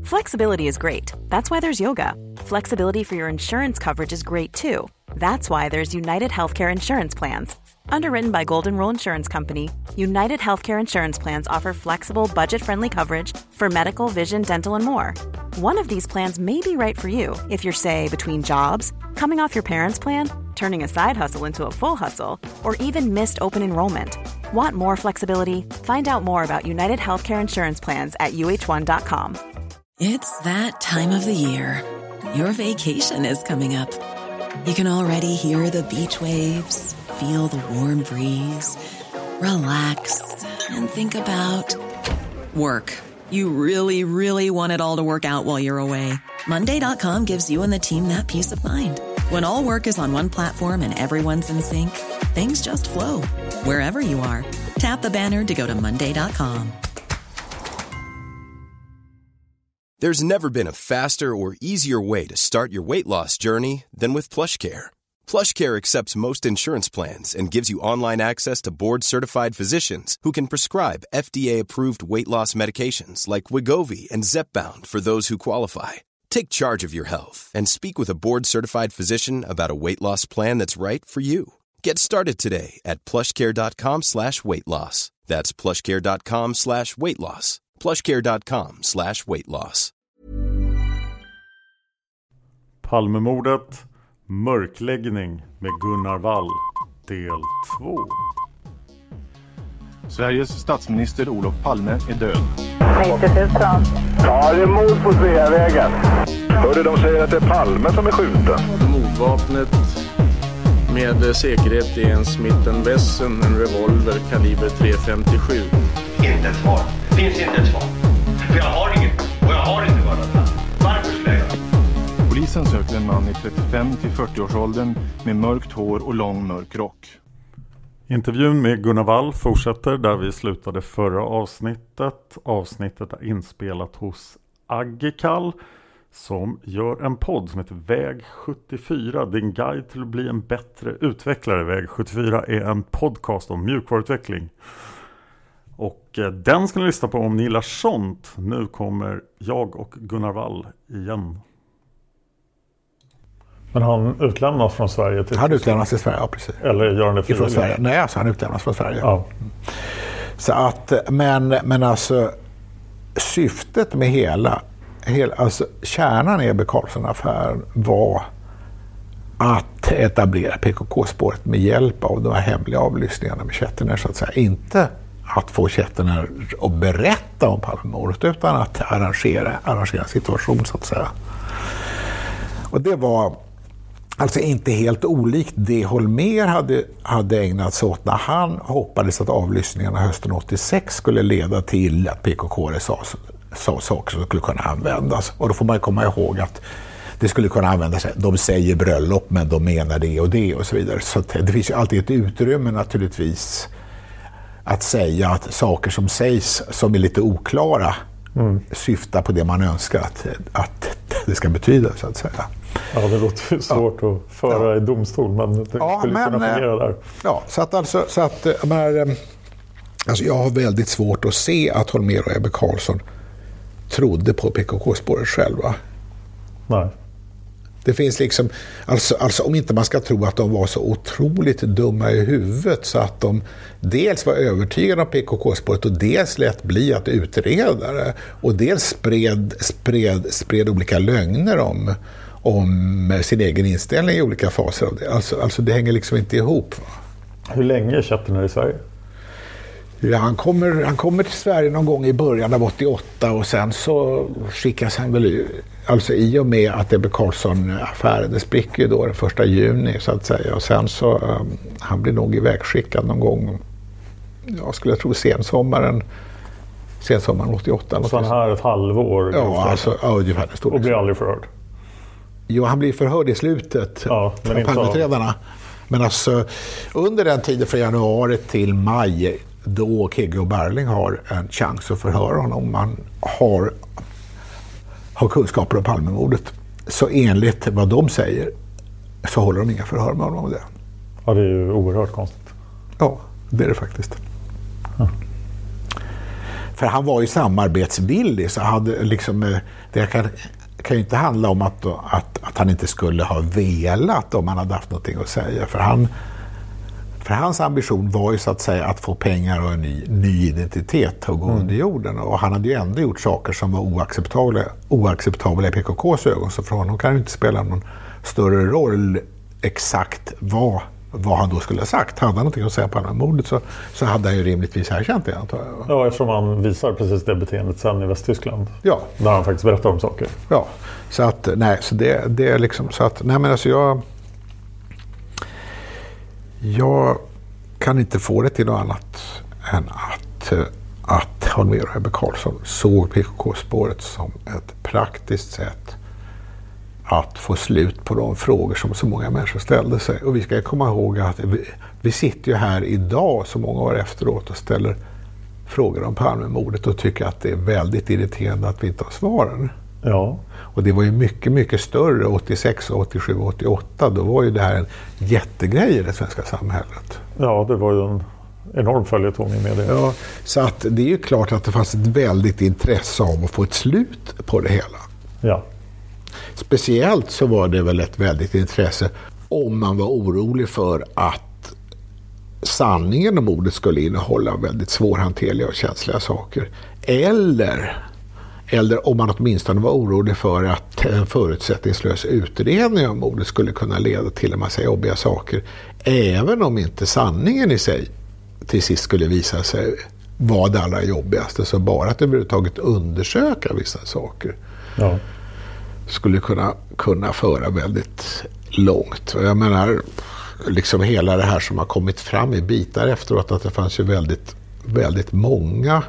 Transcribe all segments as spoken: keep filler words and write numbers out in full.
Flexibility is great. That's why there's yoga. Flexibility for your insurance coverage is great too. That's why there's United Healthcare Insurance Plans. Underwritten by Golden Rule Insurance Company, United Healthcare Insurance Plans offer flexible, budget-friendly coverage for medical, vision, dental, and more. One of these plans may be right for you if you're, say, between jobs, coming off your parents' plan, turning a side hustle into a full hustle, or even missed open enrollment. Want more flexibility? Find out more about United Healthcare Insurance Plans at U H one dot com. It's that time of the year. Your vacation is coming up. You can already hear the beach waves, feel the warm breeze, relax, and think about work. You really, really want it all to work out while you're away. Monday dot com gives you and the team that peace of mind. When all work is on one platform and everyone's in sync, things just flow. Wherever you are, tap the banner to go to Monday dot com. There's never been a faster or easier way to start your weight loss journey than with PlushCare. PlushCare accepts most insurance plans and gives you online access to board-certified physicians who can prescribe F D A-approved weight loss medications like Wegovy and Zepbound for those who qualify. Take charge of your health and speak with a board-certified physician about a weight loss plan that's right for you. Get started today at plushcare.com slash weight loss. That's plushcare.com slash weight loss. plushcare.com slash weight loss. Palmemordet, mörkläggning med Gunnar Wall, del två. Sveriges statsminister Olof Palme är död. nittio tusen. Ja, det är mord på Sveavägen. Hörde de säger att det är Palme som är skjuten. Mordvapnet med säkerhet är en Smith and Wesson, en revolver kaliber tre femtiosju. Inte ett svar. Finns inte ett svar. För jag har inget. Och jag har inte varit. Varför skulle jag? Polisen söker en man i trettiofem till fyrtio-årsåldern med mörkt hår och lång mörk rock. Intervjun med Gunnar Wall fortsätter där vi slutade förra avsnittet. Avsnittet är inspelat hos Agikal som gör en podd som heter Väg sjuttiofyra. Din guide till att bli en bättre utvecklare. Väg sjuttiofyra är en podcast om mjukvaruutveckling. Och den ska ni lyssna på om ni gillar sånt. Nu kommer jag och Gunnar Wall igen. Men han utlämnas från Sverige till... Han utlämnas till Sverige, ja precis. Eller gör han det frivilligt? Från Sverige. Nej, alltså han utlämnas från Sverige. Ja. Så att, men, men alltså syftet med hela, hela alltså kärnan i Ebbe Carlsson-affären var att etablera P K K-spåret med hjälp av de här hemliga avlyssningarna med Kettner, så att säga. Inte att få Kettner att berätta om Palmemordet utan att arrangera, arrangera en situation, så att säga. Och det var alltså inte helt olikt det Holmér hade, hade ägnat sig åt när han hoppades att avlyssningarna hösten åttiosex skulle leda till att P K K sa, sa saker som skulle kunna användas. Och då får man komma ihåg att det skulle kunna användas, de säger bröllop men de menar det och det och så vidare. Så det finns ju alltid ett utrymme naturligtvis att säga att saker som sägs som är lite oklara mm. syftar på det man önskar att, att det ska betyda, så att säga. Ja, det låter ju svårt ja. att föra ja. i domstol, men det ja, skulle men, kunna fungera där. Ja, så att alltså, så att, men, alltså jag har väldigt svårt att se att Holmér och Ebbe Carlsson trodde på P K K-spåret själva. Nej. Det finns liksom, alltså, alltså om inte man ska tro att de var så otroligt dumma i huvudet så att de dels var övertygade om P K K-spåret och dels lät bli att utreda det och dels spred, spred, spred olika lögner om, om sin egen inställning i olika faser av det. Alltså, alltså det hänger liksom inte ihop. Va? Hur länge är Kettner i Sverige? Ja, han, kommer, han kommer till Sverige någon gång i början av åttioåtta och sen så skickas han väl, alltså i och med att Ebbe Carlsson-affären, det spricker ju då den första juni så att säga, och sen så um, han blir nog ivägskickad någon gång, jag skulle tro sensommaren sensommaren åttioåtta. Och sen här ett halvår? Ja, alltså, ja, ungefär det stod. Och blir aldrig förhörd? Jo, han blir förhörd i slutet ja, men av Palmeträdarna. Men alltså under den tiden från januari till maj då K G och Berling har en chans att förhöra honom om man har, har kunskaper om Palmemordet. Så enligt vad de säger så håller de inga förhör med honom om det. Ja, det är ju oerhört konstigt. Ja, det är det faktiskt. Ja. för han var ju samarbetsvillig, så hade liksom, det kan, kan ju inte handla om att, att, att han inte skulle ha velat om han hade haft någonting att säga. För, han, för hans ambition var ju så att säga att få pengar och en ny, ny identitet och gå mm. under jorden. Och han hade ju ändå gjort saker som var oacceptabla, oacceptabla i P K K:s ögon. Så för honom kan det inte spela någon större roll exakt vad, vad han då skulle ha sagt. Hade han någonting att säga på Palmemordet så, så hade han ju rimligtvis erkänt det, antar jag. Ja, eftersom han visar precis det beteendet sen i Västtyskland. Ja. Där han faktiskt berättar om saker. Ja, så att, nej, så det, det är liksom så att, nej men alltså jag jag kan inte få det till något annat än att, att Holmér och Ebbe Carlsson såg P K K-spåret som ett praktiskt sätt att få slut på de frågor som så många människor ställde sig. Och vi ska komma ihåg att vi, vi sitter ju här idag så många år efteråt och ställer frågor om Palmemordet och tycker att det är väldigt irriterande att vi inte har svaren. Ja. Och det var ju mycket, mycket större åttiosex, åttiosju och åttioåtta. Då var ju det här en jättegrej i det svenska samhället. Ja, det var ju en enorm följetong i media. Ja, så att det är ju klart att det fanns ett väldigt intresse av att få ett slut på det hela. Ja. Speciellt så var det väl ett väldigt intresse om man var orolig för att sanningen om mordet skulle innehålla väldigt svårhanterliga och känsliga saker. Eller, eller om man åtminstone var orolig för att en förutsättningslös utredning om mordet skulle kunna leda till en massa jobbiga saker. Även om inte sanningen i sig till sist skulle visa sig vara det allra jobbigaste. Så bara att överhuvudtaget undersöka vissa saker. Ja. Skulle kunna, kunna föra väldigt långt. Jag menar, liksom hela det här som har kommit fram i bitar efteråt, att det fanns ju väldigt, väldigt många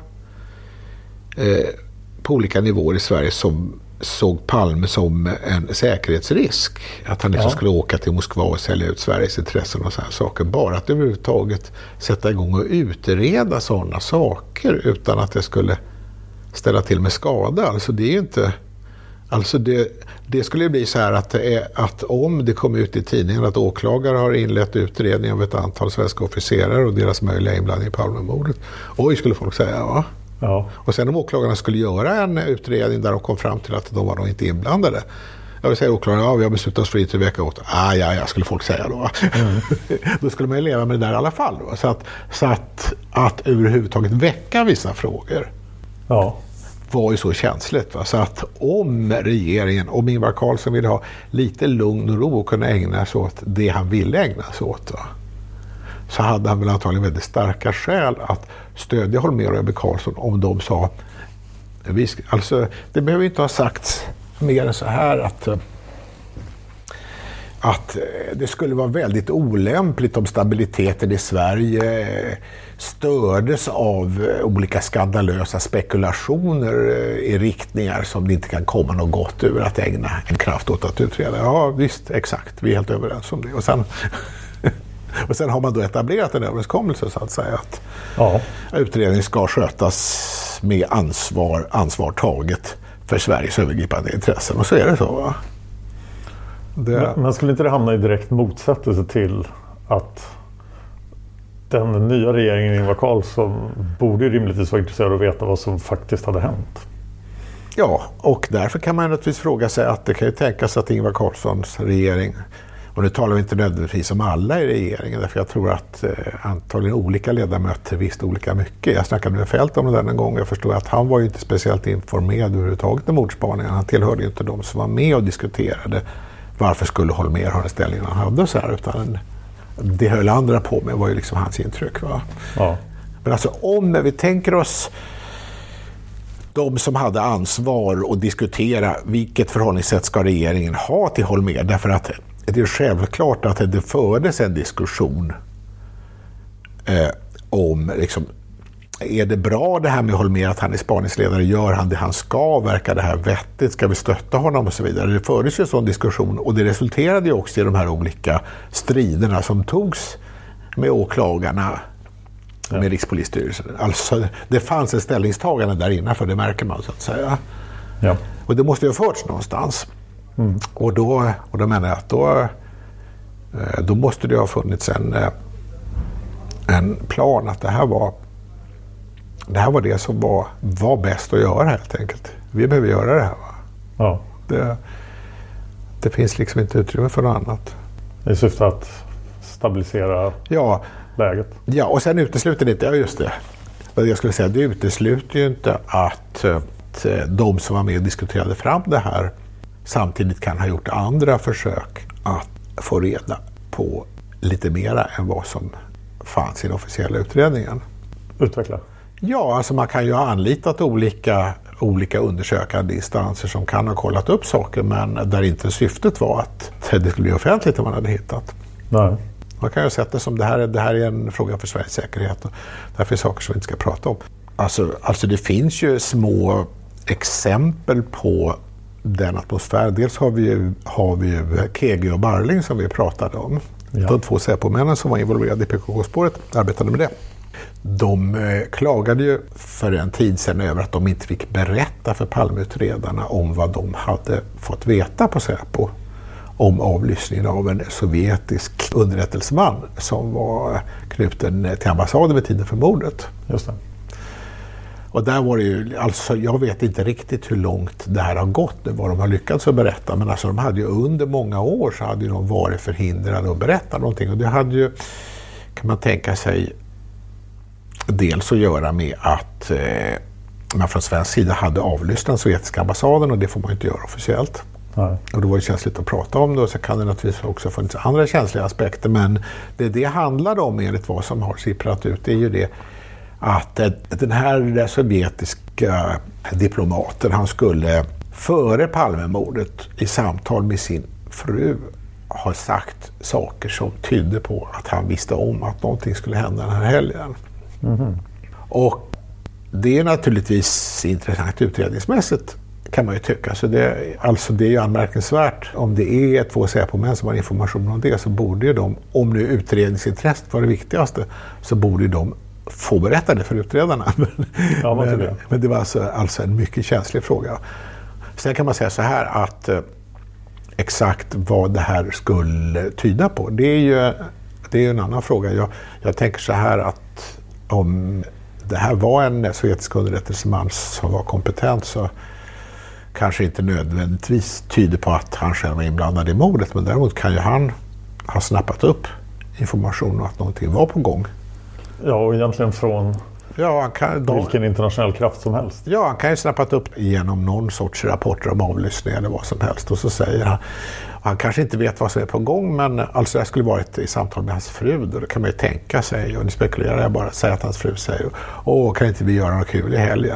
eh, på olika nivåer i Sverige som såg Palme som en säkerhetsrisk. Att han liksom ja. skulle åka till Moskva och sälja ut Sveriges intressen och sådana saker. Bara att överhuvudtaget sätta igång och utreda sådana saker utan att det skulle ställa till med skada. Alltså det är ju inte... Alltså det, det skulle bli så här att, det är, att om det kom ut i tidningen att åklagare har inlett utredning av ett antal svenska officerare och deras möjliga inblandning i Palmemordet. Oj, skulle folk säga, va? Ja. Och sen om åklagarna skulle göra en utredning där de kom fram till att de var nog inte inblandade. Jag vill säga åklagarna, ja vi har beslutat oss för att vecka åt. Ah, ja, ja, skulle folk säga då. Mm. Då skulle man ju leva med det där i alla fall. Då. Så, att, så att, att överhuvudtaget väcka vissa frågor. Ja. Var ju så känsligt. Va? Så att om regeringen, om Ingvar Carlsson ville ha lite lugn och ro och kunna ägna sig åt det han ville ägna sig åt, va? Så hade han väl antagligen väldigt starka skäl att stödja Holmér och Ebbe Carlsson om de sa, vi ska, alltså det behöver inte ha sagts mer än så här att att det skulle vara väldigt olämpligt om stabiliteten i Sverige stördes av olika skandalösa spekulationer i riktningar som det inte kan komma något gott ur att ägna en kraft åt att utreda. Ja visst, exakt, vi är helt överens om det. Och sen, och sen har man då etablerat en överenskommelse så att säga att ja. utredningen ska skötas med ansvar, ansvar taget för Sveriges övergripande intressen. Och så är det så, va? Det... Men, men skulle inte det hamna i direkt motsättelse till att den nya regeringen Ingvar Carlsson borde rimligtvis vara intresserad av att veta vad som faktiskt hade hänt? Ja, och därför kan man naturligtvis fråga sig att det kan ju tänkas att Ingvar Carlssons regering, och nu talar vi inte nödvändigtvis om alla i regeringen, därför jag tror att eh, antagligen olika ledamöter visste olika mycket. Jag snackade med Fält om det där en gång, jag förstod att han var ju inte speciellt informerad överhuvudtaget om mordspaningen. Han tillhörde ju inte de som var med och diskuterade varför skulle Holmér ha den ställningen han hade så här, utan det höll andra på med var ju liksom hans intryck, va? Ja. Men alltså om vi tänker oss de som hade ansvar att diskutera vilket förhållningssätt ska regeringen ha till Holmér, därför att det är självklart att det fördes en diskussion eh, om liksom, är det bra det här med Holmér att han är spaningsledare, gör han det han ska, verkar det här vettigt, ska vi stötta honom och så vidare. Det fördes ju en sån diskussion och det resulterade ju också i de här olika striderna som togs med åklagarna, ja. med Rikspolisstyrelsen. Alltså det fanns ett ställningstagande där inne, för det märker man så att säga. Ja. Och det måste ju ha förts någonstans. Mm. Och, då, och då menar jag att då, då måste det ha funnits en, en plan att det här var det här var det som var, var bäst att göra helt enkelt. Vi behöver göra det här. Va? Ja. Det, det finns liksom inte utrymme för något annat. I syfte att stabilisera ja. läget. Ja, och sen utesluter det inte, ja just det. Vad jag skulle säga, det utesluter ju inte att, att de som var med och diskuterade fram det här samtidigt kan ha gjort andra försök att få reda på lite mera än vad som fanns i den officiella utredningen. Utveckla. Ja, alltså man kan ju ha anlitat olika, olika undersökande instanser som kan ha kollat upp saker, men där inte syftet var att det skulle bli offentligt det man hade hittat. Nej. Man kan ju ha sett det som det här, det här är en fråga för Sveriges säkerhet och därför är saker som vi inte ska prata om. Alltså, alltså det finns ju små exempel på den atmosfär. Dels har vi ju, har vi ju K G och Barling som vi pratade om. Ja. De två Säpo-männen som var involverade i P K K-spåret arbetade med det. De eh, klagade ju för en tid sedan över att de inte fick berätta för Palmeutredarna om vad de hade fått veta på Säpo om avlyssningen av en sovjetisk underrättelseman som var knuten till ambassaden vid tiden för mordet. Just det. Och där var det ju, alltså jag vet inte riktigt hur långt det här har gått nu, vad de har lyckats att berätta, men alltså de hade ju under många år så hade ju de varit förhindrade att berätta någonting, och det hade ju, kan man tänka sig, dels att göra med att eh, man från svensk sida hade avlyssnat den sovjetiska ambassaden, och det får man ju inte göra officiellt. Nej. Och då var det känsligt att prata om det, och så kan det naturligtvis också funnits andra känsliga aspekter, men det det handlade om enligt vad som har sipprat ut är ju det att den här sovjetiska diplomaten, han skulle före Palmemordet i samtal med sin fru ha sagt saker som tydde på att han visste om att någonting skulle hända den här helgen. Mm-hmm. Och det är naturligtvis intressant utredningsmässigt, kan man ju tycka. Så det, alltså det är ju anmärkningsvärt. Om det är två Säpo-män som har information om det, så borde ju de, om nu utredningsintresset var det viktigaste, så borde de få berätta det för utredarna. Ja, men, men, men det var alltså, alltså en mycket känslig fråga. Sen kan man säga så här att eh, exakt vad det här skulle tyda på, det är ju, det är en annan fråga. Jag, jag tänker så här att om det här var en sovjetisk underrättelseman som var kompetent, så kanske inte nödvändigtvis tyder på att han själv var inblandad i mordet, men däremot kan ju han ha snappat upp information om att någonting var på gång. Ja, och egentligen från ja, han kan, då, vilken internationell kraft som helst. Ja, han kan ju snappat upp genom någon sorts rapporter om avlyssning eller vad som helst, och så säger han, han kanske inte vet vad som är på gång, men alltså jag skulle varit i samtal med hans fru, då kan man ju tänka sig, och nu spekulerar jag bara, säga att hans fru säger, åh, kan inte vi göra något kul i helgen?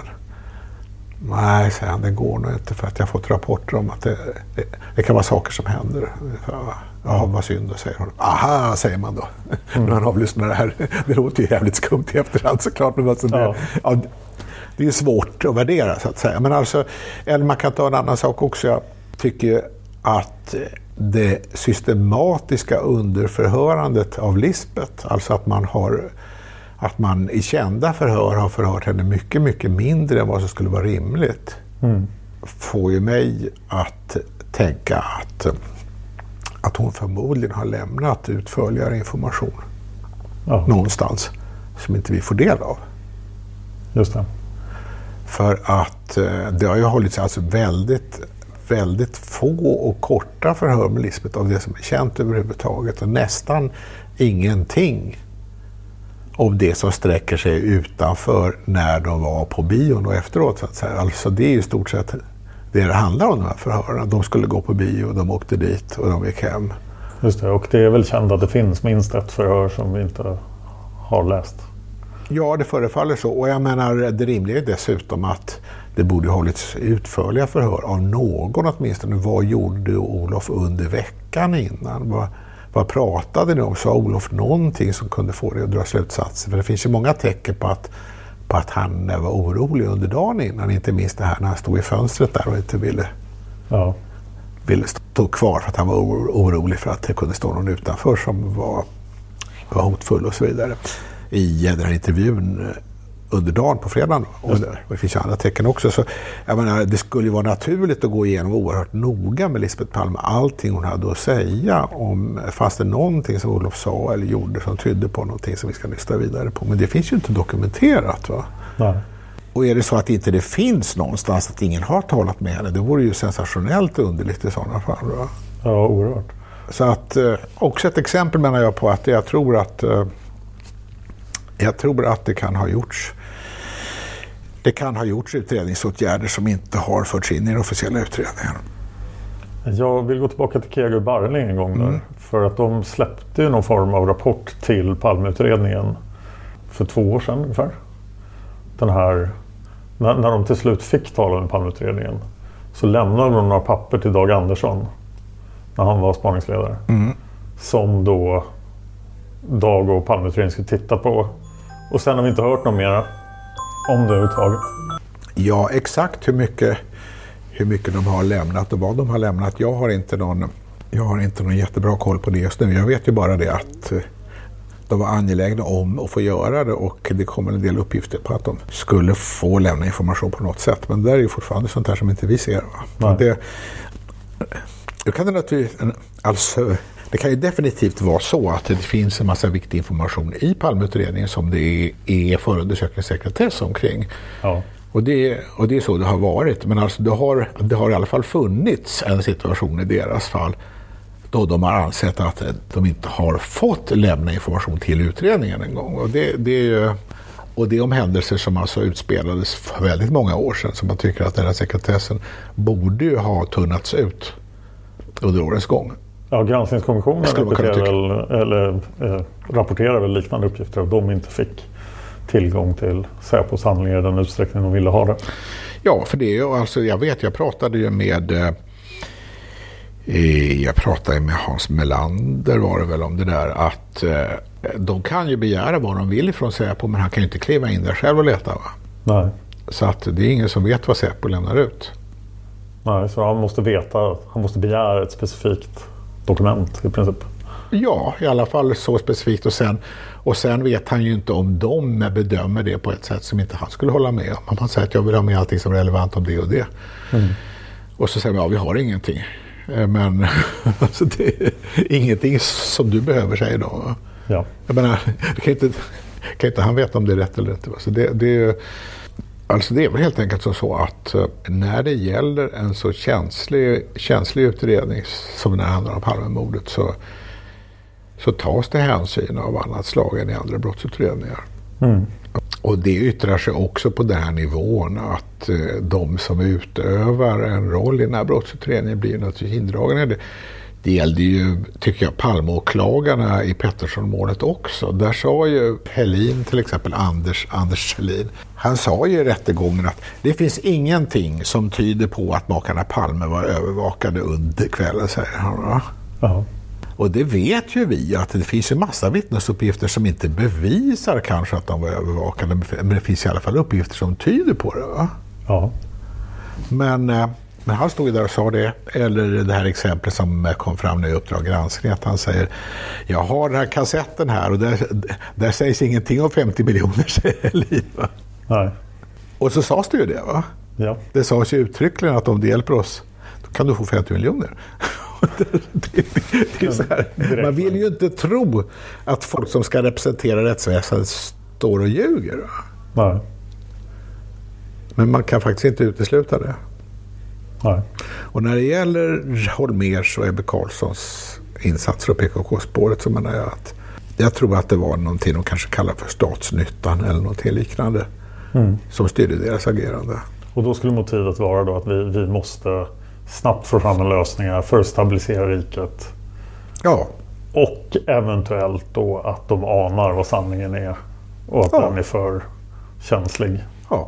Nej, säger han, det går nog inte, för att jag har fått rapporter om att det, det, det kan vara saker som händer. Ja, vad synd, då säger hon. Aha, säger man då. Mm. När han avlyssnar det här. Det låter ju jävligt skumt i efterhand såklart. Men alltså det, ja. Ja, det är svårt att värdera så att säga. Men alltså, eller man kan ta en annan sak också. Jag tycker att det systematiska underförhörandet av Lisbeth, alltså att man har att man i kända förhör har förhört henne mycket, mycket mindre än vad som skulle vara rimligt, mm. får ju mig att tänka att, att hon förmodligen har lämnat utförligare information ja. någonstans som inte vi får del av. Just det. För att det har ju hållits alltså väldigt, väldigt få och korta förhör med Lisbeth av det som är känt överhuvudtaget, och nästan ingenting om det som sträcker sig utanför när de var på bion och efteråt så att säga. Alltså det är ju stort sett det det handlar om, de här förhören. De skulle gå på bio, de åkte dit och de gick hem. Just det, och det är väl känt att det finns minst ett förhör som vi inte har läst. Ja, det förefaller så. Och jag menar, det rimliga är dessutom att det borde ha hållits utförliga förhör av någon åtminstone. Vad gjorde Olof under veckan innan? Vad Vad pratade ni om? Sa Olof någonting som kunde få dig att dra slutsatser? För det finns ju många tecken på att, på att han var orolig under dagen innan. Inte minst det här när han stod i fönstret där och inte ville, ja. ville stå kvar för att han var orolig för att det kunde stå någon utanför som var, var hotfull och så vidare. I den här intervjun under dagen på fredagen. Och det finns ju andra tecken också. Så, jag menar, det skulle ju vara naturligt att gå igenom oerhört noga med Lisbeth Palme allting hon hade att säga om, fast det någonting som Olof sa eller gjorde som tydde på någonting som vi ska lyssna vidare på. Men det finns ju inte dokumenterat, va? Nej. Och är det så att inte det finns någonstans, att ingen har talat med henne, det vore ju sensationellt underligt i sådana fall. Va? Ja, oerhört. Så att, också ett exempel menar jag på att jag tror att jag tror att det kan ha gjorts det kan ha gjorts utredningsåtgärder som inte har förts in i den officiella utredningen. Jag vill gå tillbaka till Kegö Barling en gång där. Mm. För att de släppte ju någon form av rapport till Palmeutredningen för två år sedan ungefär. Den här, när, när de till slut fick tala med Palmeutredningen så lämnade de några papper till Dag Andersson när han var spaningsledare. Mm. Som då Dag och Palmeutredningen skulle titta på. Och sen har vi inte hört något mer om det överhuvudtaget. Ja, exakt hur mycket, hur mycket de har lämnat och vad de har lämnat. Jag har inte någon, jag har inte någon jättebra koll på det just nu. Jag vet ju bara det att de var angelägna om att få göra det och det kommer en del uppgifter på att de skulle få lämna information på något sätt. Men det är ju fortfarande sånt här som inte vi ser. Va? Det, det kan det naturligtvis, alltså, det kan ju definitivt vara så att det finns en massa viktig information i Palmeutredningen som det är, är förundersökningssekretess omkring. Ja. Och, det, och det är så det har varit. Men alltså det har, det har i alla fall funnits en situation i deras fall då de har ansett att de inte har fått lämna information till utredningen en gång. Och det, det är ju, och det är om händelser som alltså utspelades för väldigt många år sedan, som man tycker att den här sekretessen borde ju ha tunnats ut under årens gång. Ja, granskningskommissionen väl, eller, eh, rapporterar väl liknande uppgifter att de inte fick tillgång till Säpos handlingar i den utsträckning de ville ha det. Ja, för det är ju, alltså, jag vet, jag pratade ju med eh, jag pratade med Hans Melander var det väl om det där, att eh, de kan ju begära vad de vill från Säpo, men han kan ju inte kliva in där själv och leta, va? Nej. Så att det är ingen som vet vad Säpo lämnar ut. Nej, så han måste veta, han måste begära ett specifikt dokument i princip. Ja, i alla fall så specifikt, och sen, och sen vet han ju inte om de bedömer det på ett sätt som inte han skulle hålla med om. Man säger att jag vill ha med allting som är relevant om det och det. Mm. Och så säger man, ja, vi har ingenting. Men alltså, det är ingenting som du behöver, säger då. Ja. Jag menar, kan inte, kan inte han veta om det är rätt eller inte. Så det, det är Alltså det är väl helt enkelt så att när det gäller en så känslig, känslig utredning som den här handlar om Palmemordet, så, så tas det hänsyn av annat slag än i andra brottsutredningar. Mm. Och det yttrar sig också på den här nivån att de som utövar en roll i den här brottsutredningen blir naturligtvis indragna. Det, det gällde ju, tycker jag, Palmeåklagarna i Pettersson-målet också. Där sa ju Helin, till exempel Anders, Anders Helin, han sa ju i rättegången att det finns ingenting som tyder på att makarna Palme var övervakade under kvällen, säger han. Ja. Och det vet ju vi, att det finns ju massa vittnesuppgifter som inte bevisar kanske att de var övervakade, men det finns i alla fall uppgifter som tyder på det, va? Ja. Men, men han stod ju där och sa det, eller det här exemplet som kom fram nu i Uppdrag granskning, att han säger, jag har den här kassetten här och där, där sägs ingenting om femtio miljoner, säger Helin, va? Nej. Och så sades det ju det, va? Ja. Det sades ju uttryckligen att om det hjälper oss, då kan du få femtio miljoner. det, det, det är så här. Man vill ju inte tro att folk som ska representera rättsväsendet står och ljuger. Va? Nej. Men man kan faktiskt inte utesluta det. Nej. Och när det gäller Holmérs och Ebbe Carlssons insatser och P K K-spåret, så menar jag att jag tror att det var någonting de kanske kallar för statsnyttan eller något liknande mm. som styrde deras agerande. Och då skulle motivet vara då att vi, vi måste snabbt få fram en lösning för att stabilisera riket. Ja. Och eventuellt då att de anar vad sanningen är och att ja. den är för känslig. Ja.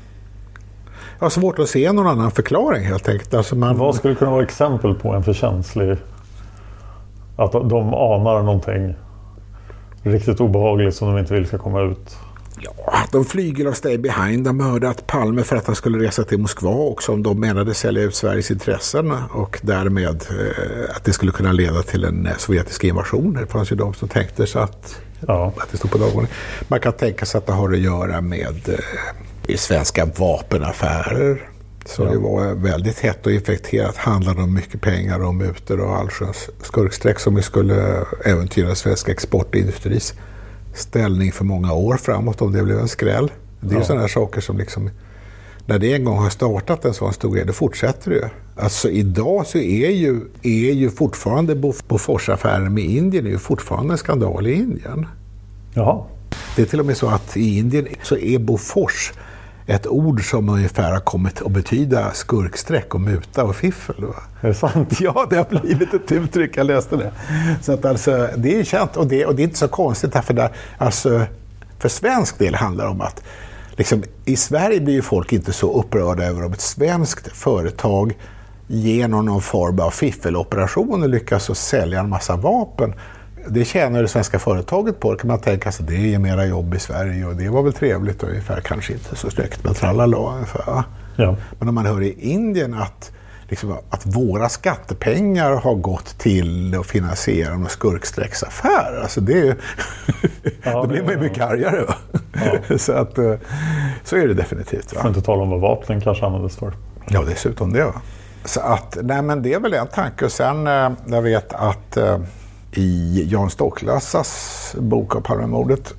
Jag har svårt att se någon annan förklaring helt enkelt. Alltså man... Vad skulle kunna vara exempel på en för känslig, att de anar någonting riktigt obehagligt som de inte vill ska komma ut? Ja, de flyger av Stay Behind har mördat Palme för att han skulle resa till Moskva och som de menade sälja ut Sveriges intressen och därmed eh, att det skulle kunna leda till en sovjetisk invasion. Det fanns ju de som tänkte så att, ja. att det stod på dagordningen. Man kan tänka sig att det har att göra med eh, svenska vapenaffärer. Så ja. det var väldigt hett och infekterat, handlade om mycket pengar och mutor och allsköns skurksträck som skulle äventyra svenska exportindustris ställning för många år framåt om det blev en skräll. Det är ja. sådana här saker som liksom, när det en gång har startat en sån stor grej, då fortsätter det. Alltså idag så är ju, är ju fortfarande Bofors-affären med Indien är ju fortfarande en skandal i Indien. Jaha. Det är till och med så att i Indien så är Bofors ett ord som ungefär har kommit att betyda skurksträck och muta och fiffel. Va? Är det sant? Ja, det har blivit ett uttryck, jag läste det. Så att alltså, det är känt och det, och det är inte så konstigt därför där, alltså, för svensk del handlar det om att liksom, i Sverige blir ju folk inte så upprörda över om ett svenskt företag genom någon form av fiffeloperationer lyckas att sälja en massa vapen. Det tjänar det svenska företaget på. Det kan man tänka sig, det är mera jobb i Sverige och det var väl trevligt och ungefär kanske inte så snyggt med trallala ungefär. Ja. Men om man hör i Indien att, liksom, att våra skattepengar har gått till att finansiera en skurksträcksaffär, alltså det är ju, ja, då blir man ju mycket argare. Ja. så, att, så är det definitivt. Va? Får inte tala om vad vapnen kanske användes för. Ja, dessutom det. Va? Så att, nej men det är väl en tanke. Och sen, jag vet att i Jan Stocklassas bok av Palmemordet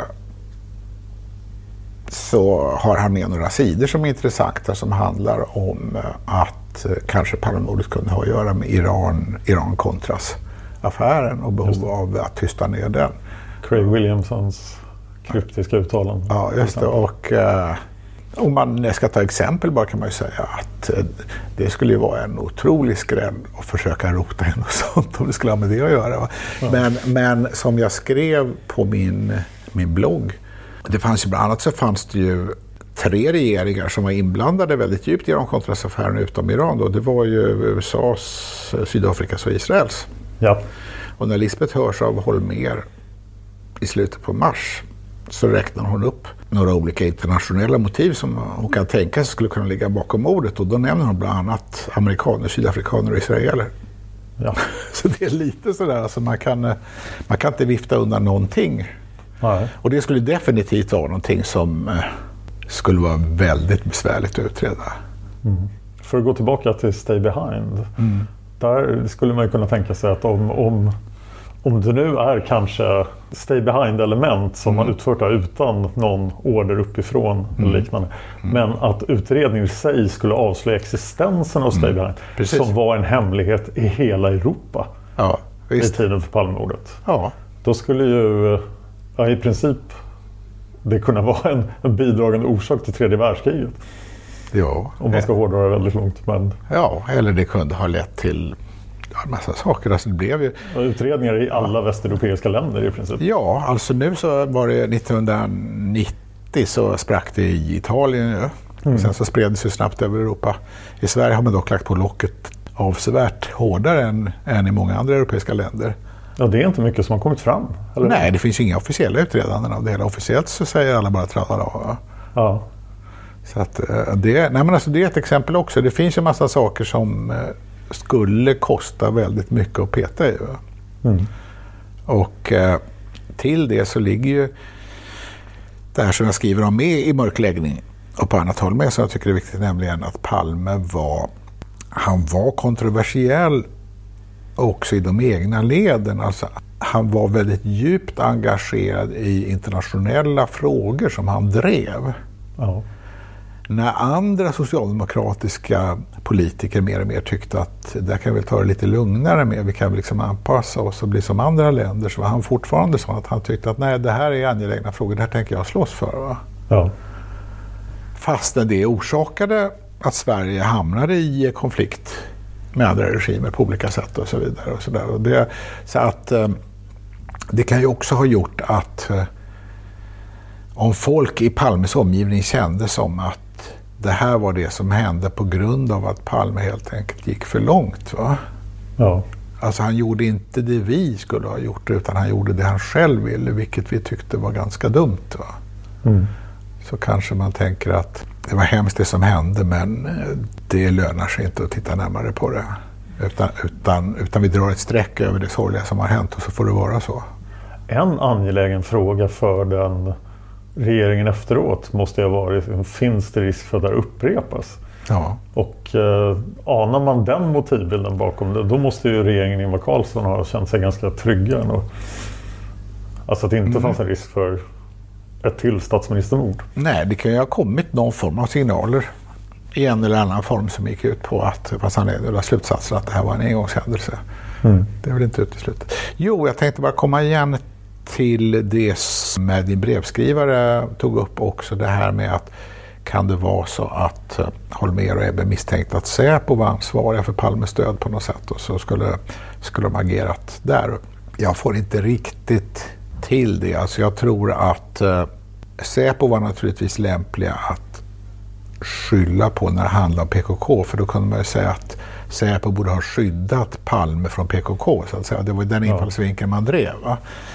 så har han med några sidor som är intressanta som handlar om att kanske Palmemordet kunde ha att göra med Iran, Iran-Contras-affären och behov av att tysta ner den. Craig Williamsons kryptiska uttalanden. Ja, just det. Och eh, om man ska ta exempel bara kan man ju säga att eh, det skulle ju vara en otrolig skräll att försöka rota in och sånt om det skulle ha med det att göra. Va? Ja. Men, men som jag skrev på min, min blogg, det fanns ju bland annat så fanns det ju tre regeringar som var inblandade väldigt djupt i Iran-Contras-affären utom Iran. Då. Det var ju U S A:s, Sydafrikas och Israels. Ja. Och när Lisbeth hörs av Holmér i slutet på mars så räknar hon upp några olika internationella motiv som hon kan tänka sig skulle kunna ligga bakom mordet. Och då nämner hon bland annat amerikaner, sydafrikaner och israeler. Ja. Så det är lite sådär, alltså man kan, man kan inte vifta undan någonting. Nej. Och det skulle definitivt vara någonting som skulle vara väldigt besvärligt att utreda. Mm. För att gå tillbaka till Stay Behind. Mm. Där skulle man ju kunna tänka sig att om, om, om det nu är kanske Stay Behind-element som mm. har utfört det utan någon order uppifrån mm. eller liknande. Mm. Men att utredningen i sig skulle avslöja existensen av Stay Behind mm. som var en hemlighet i hela Europa ja, i tiden för Palmemordet. Ja. Då skulle ju ja, i princip det kunna vara en, en bidragande orsak till tredje världskriget. Ja. Om man ska hårdra det väldigt långt. Men... Ja, eller det kunde ha lett till en massa saker. Alltså det blev ju... Utredningar i alla ja. västeuropeiska länder i princip. Ja, alltså nu så var det nittonhundranittio så sprack det i Italien. Ja. Mm. Sen så spreds det snabbt över Europa. I Sverige har man dock lagt på locket avsevärt hårdare än, än i många andra europeiska länder. Ja, det är inte mycket som har kommit fram. Eller? Nej, det finns inga officiella utredanden av det hela. Officiellt så säger alla bara trallala. Ja. Så att det, nej men alltså det är ett exempel också. Det finns ju en massa saker som skulle kosta väldigt mycket att peta i. Mm. Och till det så ligger ju det här som jag skriver om med i mörkläggning och på annat håll med, så jag tycker det är viktigt, nämligen att Palme var, han var kontroversiell också i de egna leden. Alltså, han var väldigt djupt engagerad i internationella frågor som han drev. Ja. När andra socialdemokratiska politiker mer och mer tyckte att där kan vi ta det lite lugnare med, vi kan liksom anpassa oss och bli som andra länder, så var han fortfarande så att han tyckte att nej, det här är angelägna frågor, det här tänker jag slåss för. Va? Ja. Fastän det orsakade att Sverige hamnade i konflikt med andra regimer på olika sätt och så vidare. Och så där. Och det, så att det kan ju också ha gjort att om folk i Palmes omgivning kände som att det här var det som hände på grund av att Palme helt enkelt gick för långt. Va? Ja. Alltså han gjorde inte det vi skulle ha gjort, utan han gjorde det han själv ville, vilket vi tyckte var ganska dumt. Va? Mm. Så kanske man tänker att det var hemskt det som hände, men det lönar sig inte att titta närmare på det. Utan, utan, utan vi drar ett streck över det sorgliga som har hänt, och så får det vara så. En angelägen fråga för den regeringen efteråt måste ha varit, finns det risk för att det upprepas? Ja. Och eh, anar man den motivbilden bakom det, då måste ju regeringen Ingvar Carlsson ha känt sig ganska trygga. Och, alltså att det inte mm. fanns en risk för ett till statsministermord? Nej, det kan ju ha kommit någon form av signaler i en eller annan form som gick ut på att, fast han är slutsatsen att det här var en engångshändelse. Mm. Det är väl inte uteslutet. Jo, jag tänkte bara komma igen till det som din brevskrivare tog upp också, det här med att kan det vara så att Holmér och Ebbe misstänkte att Säpo var ansvariga för Palmes död på något sätt och så skulle, skulle de agerat där. Jag får inte riktigt till det. Alltså jag tror att eh, Säpo var naturligtvis lämpliga att skylla på när det handlar om P K K, för då kunde man ju säga att Säpo borde ha skyddat Palme från P K K så att säga. Det var ju den infallsvinkeln man drev, va?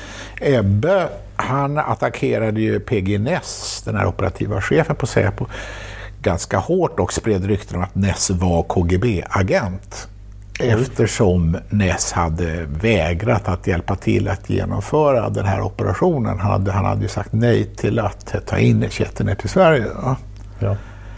Ebbe, han attackerade ju P G Ness, den här operativa chefen på Säpo, ganska hårt och spred rykten om att Ness var K G B-agent. Mm. Eftersom Ness hade vägrat att hjälpa till att genomföra den här operationen. Han hade, han hade ju sagt nej till att ta in Chetner till Sverige. Ja. Ja.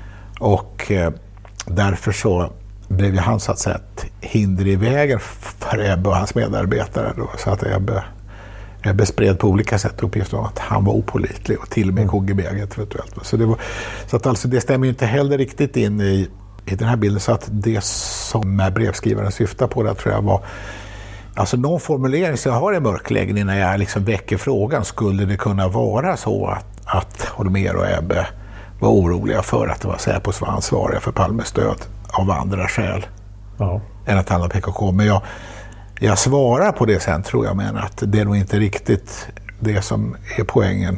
Och eh, därför så blev ju han så att säga ett hinder i vägen för Ebbe och hans medarbetare. Då, så att Ebbe Ebbe spred på olika sätt uppgifter om att han var opålitlig och till och med K G B-agent eventuellt. Så, det, var, så att alltså det stämmer ju inte heller riktigt in i, i den här bilden, så att det som brevskrivaren syftar på där tror jag var alltså någon formulering som jag har i mörklägen innan jag liksom väcker frågan. Skulle det kunna vara så att, att Holmér och Ebbe var oroliga för att det var Säpo som var ansvariga för Palmes död av andra skäl ja. än att handla P K K? Men jag Jag svarar på det sen, tror jag, men att det är nog inte riktigt det som är poängen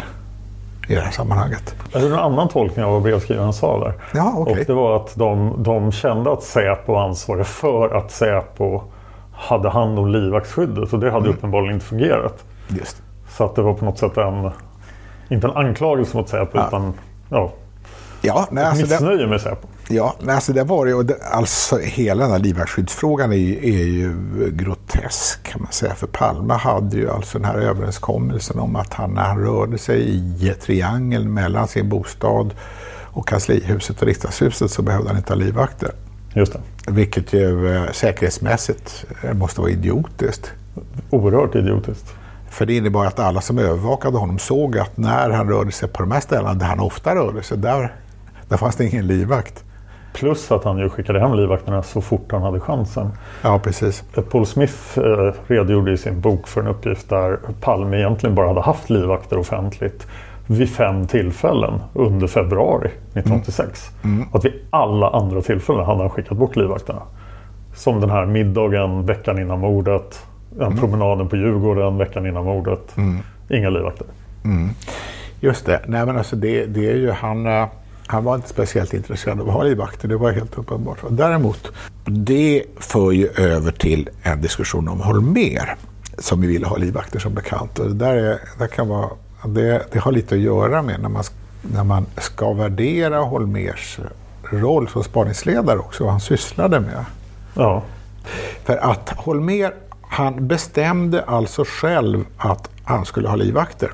i det här sammanhanget. Det är en annan tolkning av vad brevskrivaren sa där. Ja, okay. Och det var att de, de kände att Säpo var ansvarig för att Säpo hade hand om livvaktsskyddet, och det hade mm. uppenbarligen inte fungerat. Just. Så att det var på något sätt en, inte en anklagelse mot Säpo, ja. utan ja, ja, nej, ett alltså missnöje det, med Säpo. Ja, nej, alltså det var det, och det, alltså hela den här livvaktsskyddsfrågan är, är ju grotesk, kan man säga, för Palme hade ju alltså den här överenskommelsen om att han, när han rörde sig i triangeln mellan sin bostad och kanslihuset och riksdagshuset, så behövde han inte ha livvakter. Just det. Vilket ju eh, säkerhetsmässigt måste vara idiotiskt. Oerhört idiotiskt. För det innebar att alla som övervakade honom såg att när han rörde sig på de här ställena där han ofta rörde sig, där, där fanns det ingen livvakt. Plus att han ju skickade hem livvakterna så fort han hade chansen. Ja, precis. Paul Smith eh, redogjorde i sin bok för en uppgift där Palme egentligen bara hade haft livvakter offentligt vid fem tillfällen under februari nittonhundraåttiosex. Mm. Mm. Att vid alla andra tillfällen hade han skickat bort livvakterna. Som den här middagen veckan innan mordet, den mm. promenaden på Djurgården veckan innan mordet. Mm. Inga livvakter. Mm. Just det. Nej, men alltså det, det är ju han... Han var inte speciellt intresserad av att ha livvakter, det var helt uppenbart. Däremot, det för ju över till en diskussion om Holmér, som vi ville ha livvakter som bekant. Och det, där är, det, kan vara, det, det har lite att göra med när man, när man ska värdera Holmérs roll som spaningsledare också, vad han sysslade med. Ja. För att Holmér, han bestämde alltså själv att han skulle ha livvakter.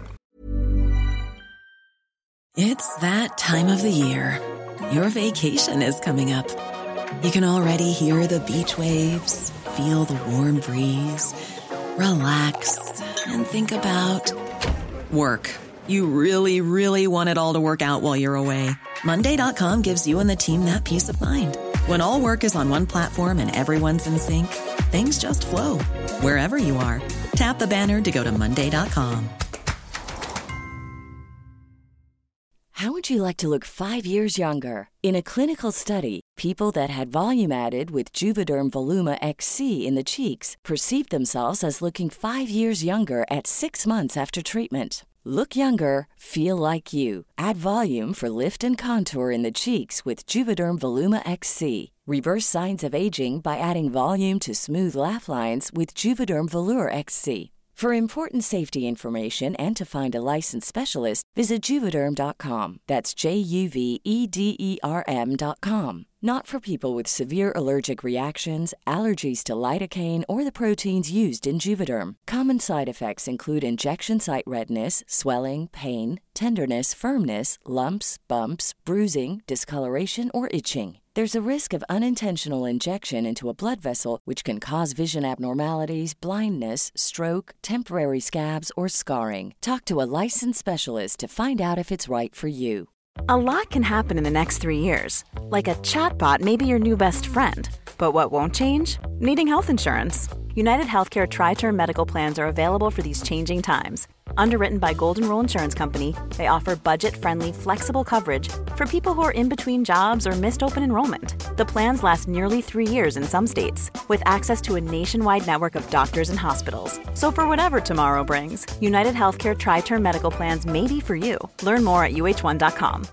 It's that time of the year. Your vacation is coming up. You can already hear the beach waves, feel the warm breeze, relax, and think about work. You really, really want it all to work out while you're away. Monday dot com gives you and the team that peace of mind. When all work is on one platform and everyone's in sync, things just flow. Wherever you are, tap the banner to go to Monday dot com. How would you like to look five years younger? In a clinical study, people that had volume added with Juvederm Voluma X C in the cheeks perceived themselves as looking five years younger at six months after treatment. Look younger, feel like you. Add volume for lift and contour in the cheeks with Juvederm Voluma X C. Reverse signs of aging by adding volume to smooth laugh lines with Juvederm Volure X C. For important safety information and to find a licensed specialist, visit Juvederm dot com. That's J U V E D E R M dot com. Not for people with severe allergic reactions, allergies to lidocaine, or the proteins used in Juvederm. Common side effects include injection site redness, swelling, pain, tenderness, firmness, lumps, bumps, bruising, discoloration, or itching. There's a risk of unintentional injection into a blood vessel, which can cause vision abnormalities, blindness, stroke, temporary scabs, or scarring. Talk to a licensed specialist to find out if it's right for you. A lot can happen in the next three years. Like a chatbot may be your new best friend. But what won't change? Needing health insurance. United Healthcare Tri-Term Medical Plans are available for these changing times. Underwritten by Golden Rule Insurance Company, they offer budget-friendly, flexible coverage for people who are in between jobs or missed open enrollment. The plans last nearly three years in some states, with access to a nationwide network of doctors and hospitals. So for whatever tomorrow brings, United Healthcare Tri-Term Medical Plans may be for you. Learn more at u h one dot com.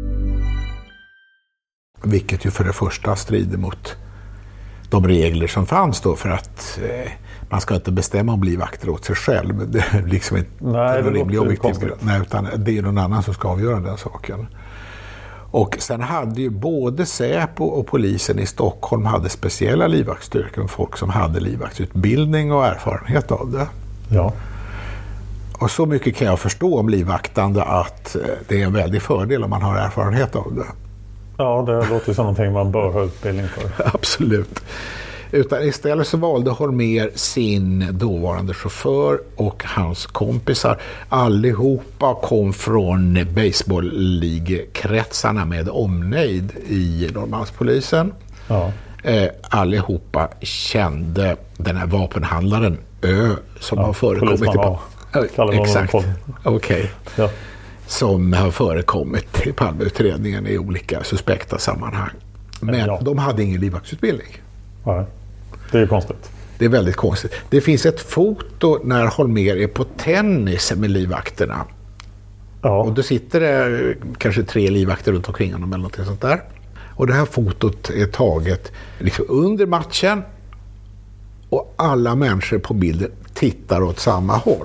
Vilket ju för det första strider mot de regler som fanns då, för att eh, man ska inte bestämma om livvakter åt sig själv. Det är liksom inte Nej, en rimlig objektiv grund. Nej, utan det är någon annan som ska avgöra den saken. Och sen hade ju både Säpo och polisen i Stockholm hade speciella livvaktsstyrkor, folk som hade livvaktsutbildning och erfarenhet av det. Ja. Och så mycket kan jag förstå om livvaktande att det är en väldig fördel om man har erfarenhet av det. Ja, det låter som någonting man bör ha utbildning för. Absolut. Utan istället så valde Holmér sin dåvarande chaufför och hans kompisar. Allihopa kom från baseballligekretsarna med omnejd i Norrmalmspolisen. Ja. Eh, allihopa kände den här vapenhandlaren Ö som ja, har förekommit i pa- eh, Exakt. Okej. Okay. Ja. Som har förekommit i Palmeutredningen i olika suspekta sammanhang. Men ja. de hade ingen livvaktsutbildning. Nej, det är ju konstigt. Det är väldigt konstigt. Det finns ett foto när Holmér är på tennis med livvakterna. Ja. Och då sitter det kanske tre livvakter runt omkring honom eller något sånt där. Och det här fotot är taget liksom under matchen. Och alla människor på bilden tittar åt samma håll.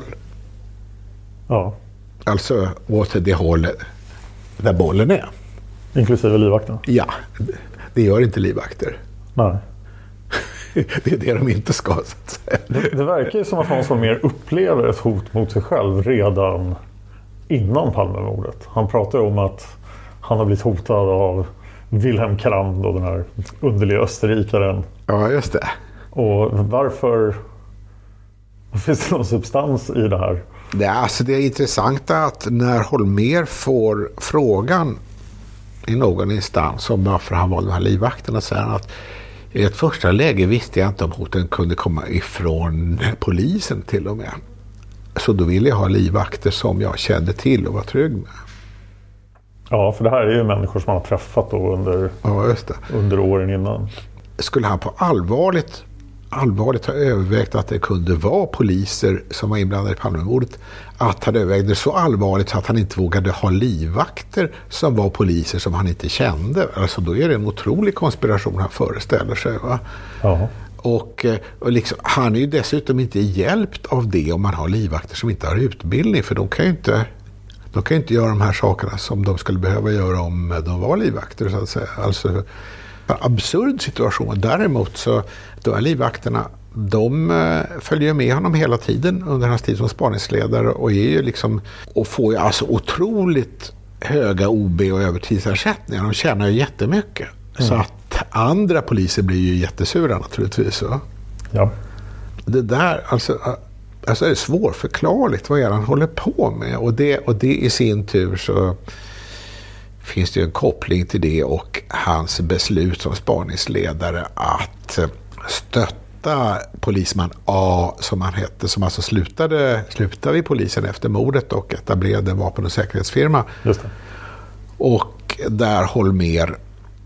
Ja. Alltså åt det hållet där bollen är. Inklusive livvakterna? Ja, det gör inte livvakter. Nej. Det är det de inte ska, så att säga. Det, det verkar ju som att Hans Holmér upplever ett hot mot sig själv redan innan Palmemordet. Han pratar ju om att han har blivit hotad av Wilhelm Kram, då den här underliga österrikaren. Ja, just det. Och varför finns det någon substans i det här? Det är, alltså det är intressant att när Holmér får frågan i någon instans om varför han valde de här livvakterna, säger han att i ett första läge visste jag inte om hoten kunde komma ifrån polisen till och med. Så då ville jag ha livvakter som jag kände till och var trygg med. Ja, för det här är ju människor som man har träffat då under, ja, just det. under åren innan. Skulle han på allvarligt, allvarligt ha övervägt att det kunde vara poliser som var inblandade i Palmemordet, att han övervägde så allvarligt så att han inte vågade ha livvakter som var poliser som han inte kände. Alltså då är det en otrolig konspiration han föreställer sig, va? Ja. Och, och liksom, han är ju dessutom inte hjälpt av det om man har livvakter som inte har utbildning, för de kan ju inte, de kan ju inte göra de här sakerna som de skulle behöva göra om de var livvakter, så att säga. Alltså en absurd situation. Däremot så då är livvakterna, de följer med honom hela tiden under hans tid som spaningsledare och är ju liksom, och får ju alltså otroligt höga O B och övertidsersättningar. De tjänar ju jättemycket. Mm. Så att andra poliser blir ju jättesura naturligtvis. Va? Ja. Det där, alltså, alltså är det svårförklarligt vad är han håller på med. Och det, och det i sin tur så finns det ju en koppling till det och hans beslut som spaningsledare att stötta polisman A, som han hette, som alltså slutade, slutade i polisen efter mordet och etablerade en vapen- och säkerhetsfirma. Just det. Och där Holmér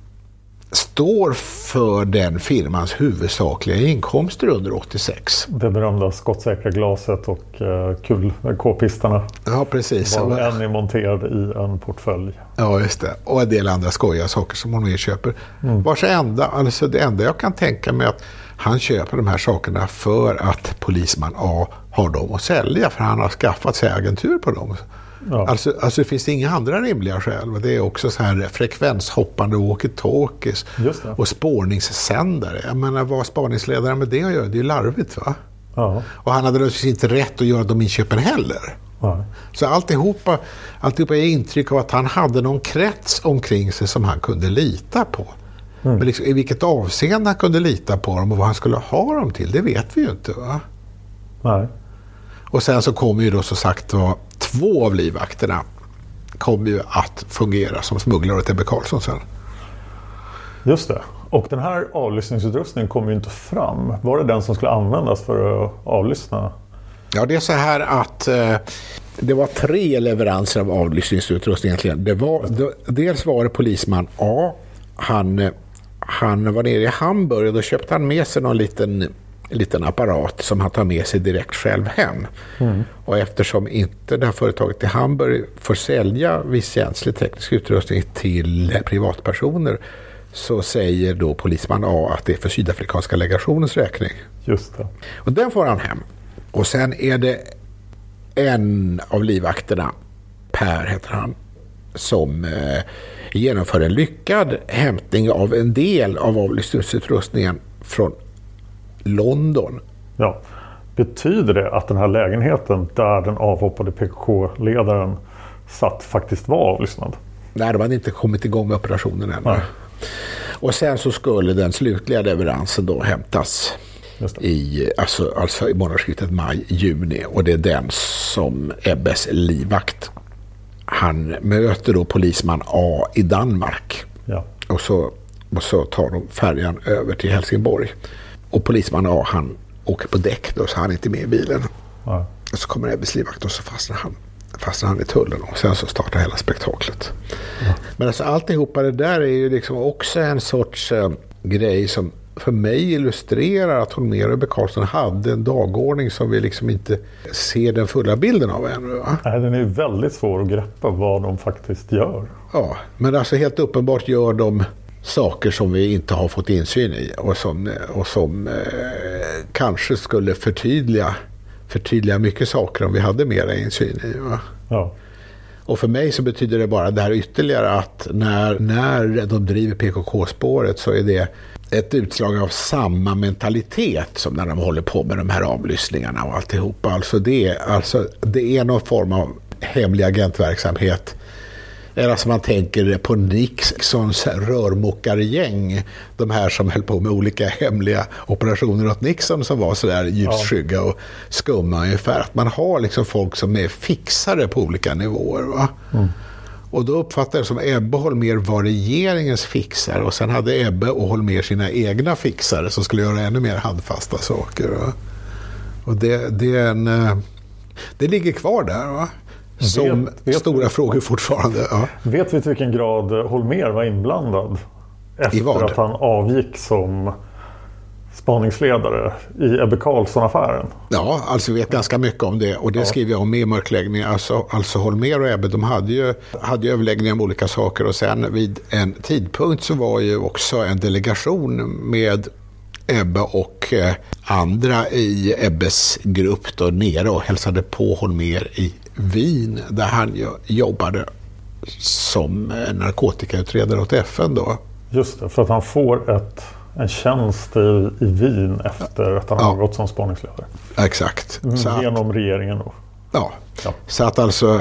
står för den firmans huvudsakliga inkomster under åttiosex. Det berömda skottsäkra glaset och uh, kul, k-pistarna. Ja, precis. Var en är monterad i en portfölj. Ja, just det. Och en del andra skojiga saker som hon mer köper. Mm. Vars enda, alltså det enda jag kan tänka mig att han köper de här sakerna för att polisman A har dem att sälja, för han har skaffat sig agentur på dem. Ja. Alltså, alltså det finns inga andra rimliga skäl. Det är också så här frekvenshoppande walkie-talkies och spårningssändare. Jag menar, vad spaningsledare med det att göra? Det är ju larvigt, va? Ja. Och han hade naturligtvis inte rätt att göra de inköpen heller. Ja. Så alltihopa, alltihopa är intryck av att han hade någon krets omkring sig som han kunde lita på. Mm. Men liksom, i vilket avseende han kunde lita på dem och vad han skulle ha dem till, det vet vi ju inte, va? Nej. Och sen så kommer ju då så sagt var två av livvakterna kommer ju att fungera som smugglare till Ebbe Carlsson sen. Just det. Och den här avlyssningsutrustningen kom ju inte fram. Var det den som skulle användas för att avlyssna? Ja, det är så här att eh, det var tre leveranser av avlyssningsutrustning egentligen. Det var, det, dels var det polisman A. Han, han var nere i Hamburg och då köpte han med sig någon liten, liten apparat som han tar med sig direkt själv hem. Mm. Och eftersom inte det här företaget i Hamburg får sälja viss känslig teknisk utrustning till privatpersoner, så säger då polisman A att det är för sydafrikanska legationens räkning. Just det. Och den får han hem. Och sen är det en av livvakterna, Per heter han, som eh, genomför en lyckad hämtning av en del av avlyssningsutrustningen från London. Ja. Betyder det att den här lägenheten där den avhoppade P K K-ledaren satt faktiskt var avlyssnad? Nej, de hade inte kommit igång med operationen än. Ja. Och sen så skulle den slutliga leveransen då hämtas i, alltså, alltså i månadsskiftet maj-juni, och det är den som Ebbes livvakt. Han möter då polisman A i Danmark. Ja. Och, så, och så tar de färjan över till Helsingborg. Och polisman A, han åker på däck då, så han är inte med i bilen. Ja. Och så kommer Ebbes livvakt och så fastnar han. fastnar han i tullen, och sen så startar hela spektaklet. Ja. Men alltså alltihopa det där är ju liksom också en sorts äh, grej som för mig illustrerar att Holmér och Ebbe Carlsson hade en dagordning som vi liksom inte ser den fulla bilden av ännu. Va? Nej, den är ju väldigt svår att greppa vad de faktiskt gör. Ja, men alltså helt uppenbart gör de saker som vi inte har fått insyn i och som, och som eh, kanske skulle förtydliga förtydliga mycket saker om vi hade mera insyn i. Va? Ja. Och för mig så betyder det bara det här ytterligare att när, när de driver P K K-spåret så är det ett utslag av samma mentalitet som när de håller på med de här avlyssningarna och alltihopa. Alltså det, alltså det är någon form av hemlig agentverksamhet. Eller som man tänker på Nixons rörmokargäng, de här som höll på med olika hemliga operationer åt Nixon som var sådär ljusskygga och skumma ungefär. Att man har liksom folk som är fixare på olika nivåer, va? Mm. Och då uppfattar jag som Ebbe och Holmér var regeringens fixare, och sen hade Ebbe och Holmér sina egna fixare som skulle göra ännu mer handfasta saker, va? Och det, det är en det ligger kvar där, va? Som vet, vet stora vi, frågor fortfarande. Ja. Vet vi till vilken grad Holmér var inblandad efter att han avgick som spaningsledare i Ebbe Carlsson-affären? Ja, alltså vi vet ganska mycket om det, och det ja. skriver jag om i mörkläggningen. Alltså, alltså Holmér och Ebbe, de hade ju, hade ju överläggningar om olika saker, och sen vid en tidpunkt så var ju också en delegation med Ebbe och eh, andra i Ebbes grupp då nere och hälsade på Holmér i Wien, där han ju jobbade som narkotikautredare åt F N då. Just det, för att han får ett, en tjänst i, i Wien efter att han ja. har gått som spaningsledare. Exakt. Mm, så genom att, regeringen då. Ja. ja, så att alltså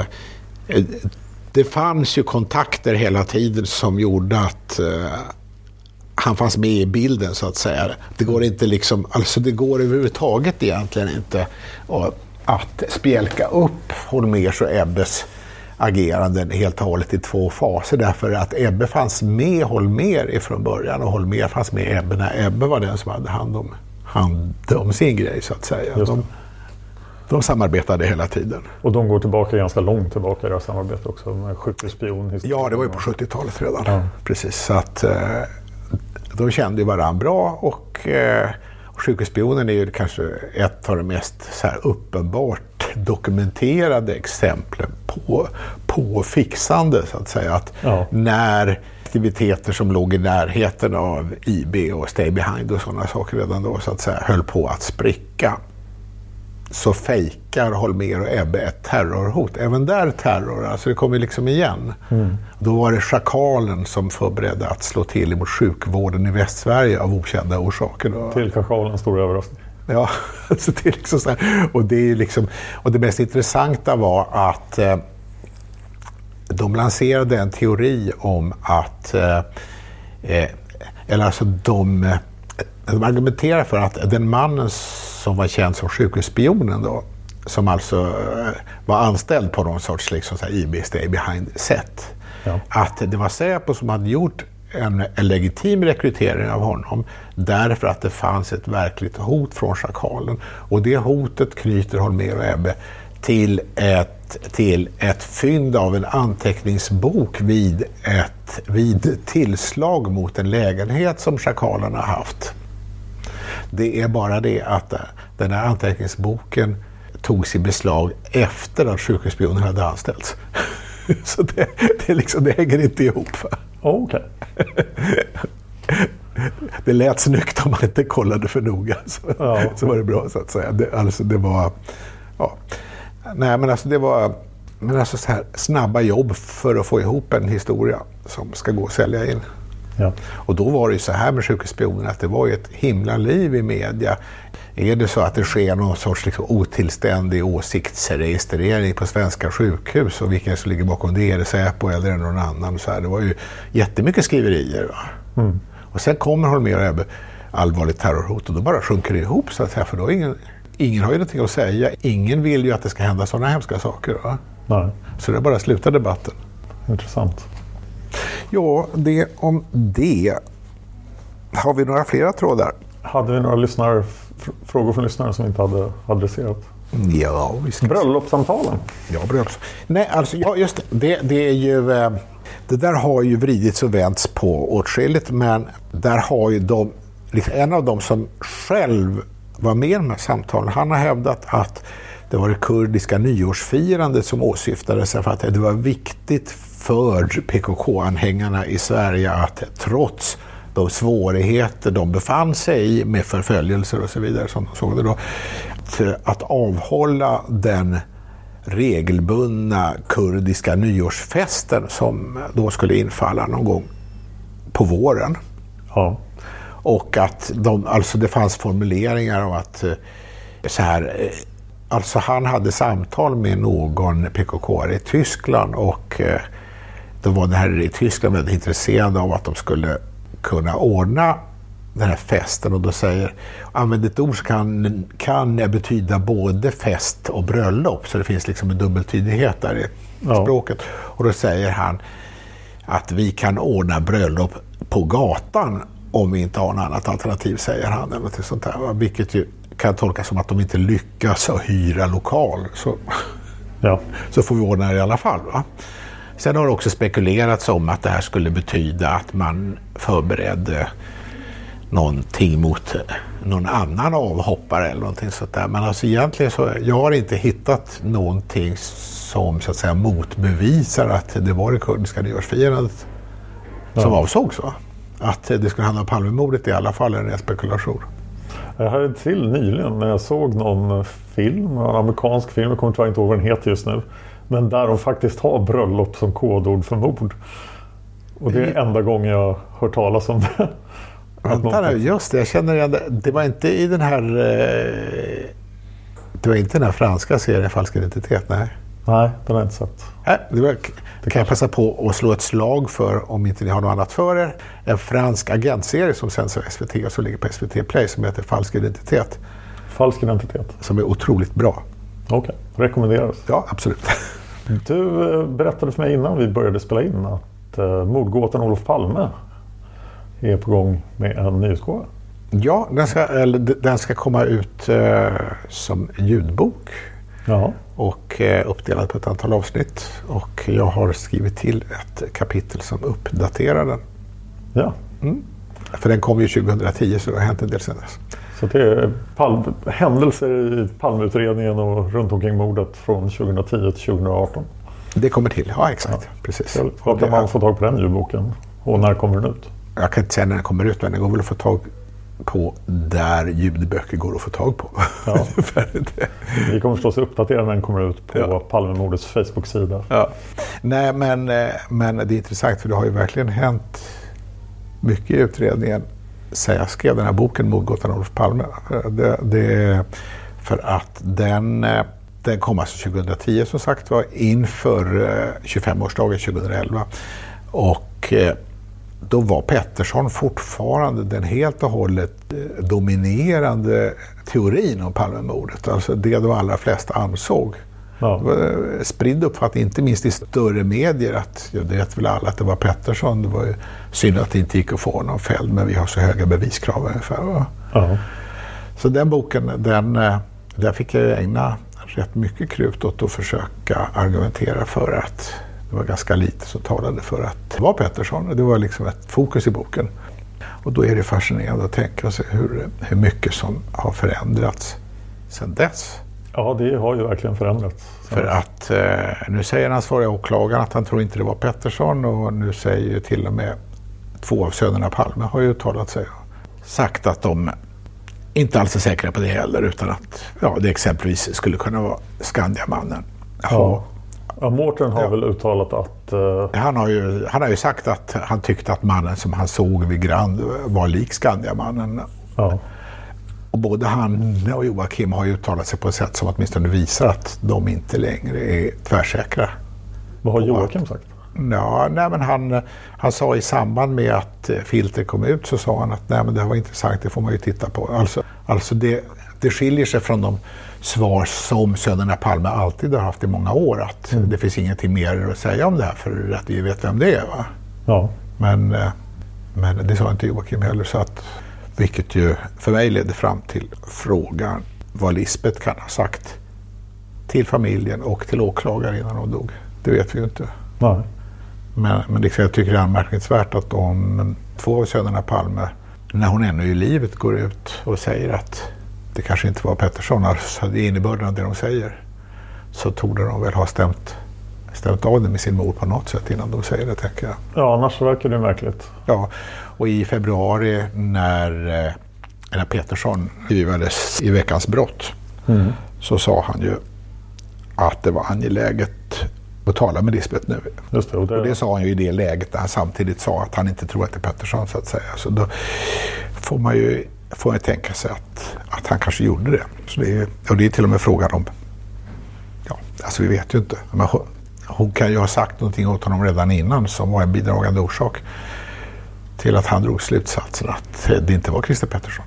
det fanns ju kontakter hela tiden som gjorde att uh, han fanns med i bilden, så att säga. Det går inte liksom, alltså det går överhuvudtaget egentligen inte och att spjälka upp Holmérs och Ebbes ageranden helt och hållet i två faser, därför att Ebbe fanns med Holmér ifrån början och Holmér fanns med Ebbe när Ebbe var den som hade hand om, hand om sin grej, så att säga. De, de samarbetade hela tiden. Och de går tillbaka ganska långt tillbaka i deras samarbete också med sjukhusspion. Ja, det var ju på sjuttiotalet redan. Ja. Precis, så att eh, de kände ju varandra bra, och eh, sjukhusspionen är ju kanske ett av de mest så här uppenbart dokumenterade exemplen på, på fixande, så att säga. Att ja. när aktiviteter som låg i närheten av I B och Stay Behind och sådana saker redan då, så att säga, höll på att spricka. så fejkar Holmér och Ebbe ett terrorhot. Även där terror, alltså det kommer liksom igen. Mm. Då var det Schakalen som förberedde att slå till mot sjukvården i Västsverige av okända orsaker. Då. Till Schakalens stora överraskning. Ja, alltså det är liksom så här. Och det är liksom, och det mest intressanta var att eh, de lanserade en teori om att eh, eh, eller alltså de, de argumenterar för att den mannen som var känd som sjukhusspionen då, som alltså eh, var anställd på någon sorts liksom så här I B stay behind set, ja. Att det var Säpo som hade gjort En, en legitim rekrytering av honom därför att det fanns ett verkligt hot från Schakalen, och det hotet knyter Holmér och Ebbe till ett, till ett fynd av en anteckningsbok vid ett vid tillslag mot en lägenhet som Schakalen har haft. Det är bara det att den här anteckningsboken togs i beslag efter att sjukhusspionen hade anställts. Så det, det, liksom, det hänger inte ihop. Oh, okay. Det lät snyggt om man inte kollade för noga, så, ja. Så var det bra så att säga. Det, alltså det var, ja. Nej men alltså det var, men alltså så här snabba jobb för att få ihop en historia som ska gå att sälja in. Ja. Och då var det ju så här med sjukhusspionen att det var ju ett himla liv i media. Är det så att det sker någon sorts liksom otillständig åsiktsregistrering på svenska sjukhus och vilka som ligger bakom det, är det Säpo eller någon annan, så här, det var ju jättemycket skriverier. Va? Mm. Och sen kommer Holmér och Ebbe allvarligt terrorhot och då bara sjunker det ihop så att säga, för då ingen, ingen har ju någonting att säga. Ingen vill ju att det ska hända sådana hemska saker. Va? Nej. Så det bara slutar debatten. Intressant. Ja, det om det. Har vi några flera trådar? Hade vi några lyssnare, frågor från lyssnare som vi inte hade adresserat? Ja, vi ska... Bröllopssamtalen. Ja, bröllops. Nej, alltså, ja, just det. det. Det är ju... Det där har ju vridits och vänts på åtskilligt, men där har ju de... Liksom en av dem som själv var med med samtalen, han har hävdat att det var det kurdiska nyårsfirandet som åsyftades för att det var viktigt för P K K-anhängarna i Sverige att trots de svårigheter de befann sig i med förföljelser och så vidare som de såg det då, att, att avhålla den regelbundna kurdiska nyårsfesten som då skulle infalla någon gång på våren. Ja. Och att de, alltså det fanns formuleringar om att så här, alltså han hade samtal med någon P K K i Tyskland och då var den här i Tyskland väldigt intresserade av att de skulle kunna ordna den här festen, och då säger, använder ett ord som kan, kan betyda både fest och bröllop, så det finns liksom en dubbeltydighet där i ja. språket. Och då säger han att vi kan ordna bröllop på gatan om vi inte har något annat alternativ, säger han, eller något sånt där, vilket ju kan tolkas som att de inte lyckas att hyra lokal, så, ja. så får vi ordna det i alla fall, va? Sen har det också spekulerats om att det här skulle betyda att man förberedde någonting mot någon annan avhoppare eller någonting sånt där. Men alltså egentligen så, jag har inte hittat någonting som så att säga motbevisar att det var det kurdiska nyårsfirandet ja. som avsågs, va? Att det skulle handla om Palmemordet i alla fall är en spekulation. Jag hade till nyligen när jag såg någon film, en amerikansk film, jag kommer tyvärr inte ihåg vad den heter just nu, men där de faktiskt har bröllop som kodord för mord. Och det är enda gången jag har hört talas om det. Vänta nu, just det, jag känner igen det. Det var inte i den här det var inte den här franska serien Falsk identitet, nej. Nej, den har jag inte sett. Nej, det var, det kan jag passa på att slå ett slag för, om inte ni har något annat för er. En fransk agentserie som sänds av S V T och som ligger på S V T Play som heter Falsk identitet. Falsk identitet. Som är otroligt bra. Okej, okay. Rekommenderas. Ja, absolut. Du berättade för mig innan vi började spela in att uh, mordgåtan Olof Palme är på gång med en nyutgåva. Ja, den ska, eller, den ska komma ut uh, som ljudbok. Jaha. Och uh, uppdelad på ett antal avsnitt. Och jag har skrivit till ett kapitel som uppdaterar den. Ja. Mm. För den kom ju tjugohundratio, så det har hänt en del sedan dess. Så det är Palme, händelser i Palmeutredningen och runt omkring mordet från tjugohundratio till tjugohundraarton. Det kommer till, ja exakt. Ja. Precis. Vad kan man få tag på den ljudboken? Och när kommer den ut? Jag kan inte säga när den kommer ut, men den går väl att få tag på där ljudböcker går att få tag på. Ja. Vi kommer förstås uppdatera när den kommer ut på ja. Palmemordets Facebook-sida. Ja. Nej, men, men det är intressant för det har ju verkligen hänt mycket i utredningen sen jag skrev den här boken Mordgåtan Olof Palme. Det, det, för att den, den kom alltså tjugohundratio som sagt var inför tjugofemårsdagen tjugohundraelva. Och då var Pettersson fortfarande den helt och hållet dominerande teorin om Palmemordet. Alltså det de allra flesta ansåg. Ja. Spridd uppfattning, inte minst i större medier, att ja, det vet väl alla att det var Pettersson. Det var ju synd att det inte gick att få honom fälld, men vi har så höga beviskrav ungefär. Ja. Så den boken, den, där fick jag ägna rätt mycket krut åt att försöka argumentera för att det var ganska lite som talade för att det var Pettersson. Det var liksom ett fokus i boken. Och då är det fascinerande att tänka sig hur, hur mycket som har förändrats sedan dess. Ja, det har ju verkligen förändrats. För att eh, nu säger den ansvariga åklagaren att han tror inte det var Pettersson, och nu säger ju till och med två av sönerna Palme har ju uttalat sig och sagt att de inte alls är säkra på det heller, utan att ja, det exempelvis skulle kunna vara Skandiamannen. Ja. Ja, Mårten har ja. väl uttalat att... Uh... Han, har ju, han har ju sagt att han tyckte att mannen som han såg vid Grand var lik Skandiamannen. Ja. Och både han och Joakim har ju uttalat sig på ett sätt som åtminstone visar att de inte längre är tvärsäkra. Vad har Joakim sagt? Ja, nej, men han, han sa i samband med att Filter kom ut, så sa han att nej, men det här var intressant, det får man ju titta på. Alltså, alltså det, det skiljer sig från de svar som sönerna Palme alltid har haft i många år, att mm. det finns ingenting mer att säga om det här för att vi vet vem det är, va? Ja. Men, men det sa inte Joakim heller, så att, vilket ju för mig ledde fram till frågan vad Lisbeth kan ha sagt till familjen och till åklagaren innan hon dog. Det vet vi ju inte. Nej. Men, men liksom, jag tycker det är anmärkningsvärt att om två av sönerna Palme, när hon ännu i livet går ut och säger att det kanske inte var Pettersson, alltså det är innebörden av det de säger, så tog de väl ha stämt, stämt av det med sin mor på något sätt innan de säger det, tänker jag. Ja, annars verkar det märkligt. Ja, och i februari när, när Pettersson intervjuades i Veckans brott mm. så sa han ju att det var angeläget att tala med Lisbeth nu. Just det, och, det... och det sa han ju i det läget där han samtidigt sa att han inte tror att det är Pettersson, så att säga. Så då får man ju får jag tänka sig att, att han kanske gjorde det. Så det är, och det är till och med frågan om, ja, alltså vi vet ju inte. Men hon, hon kan ju ha sagt någonting åt honom redan innan som var en bidragande orsak till att han drog slutsatsen att det inte var Christer Pettersson.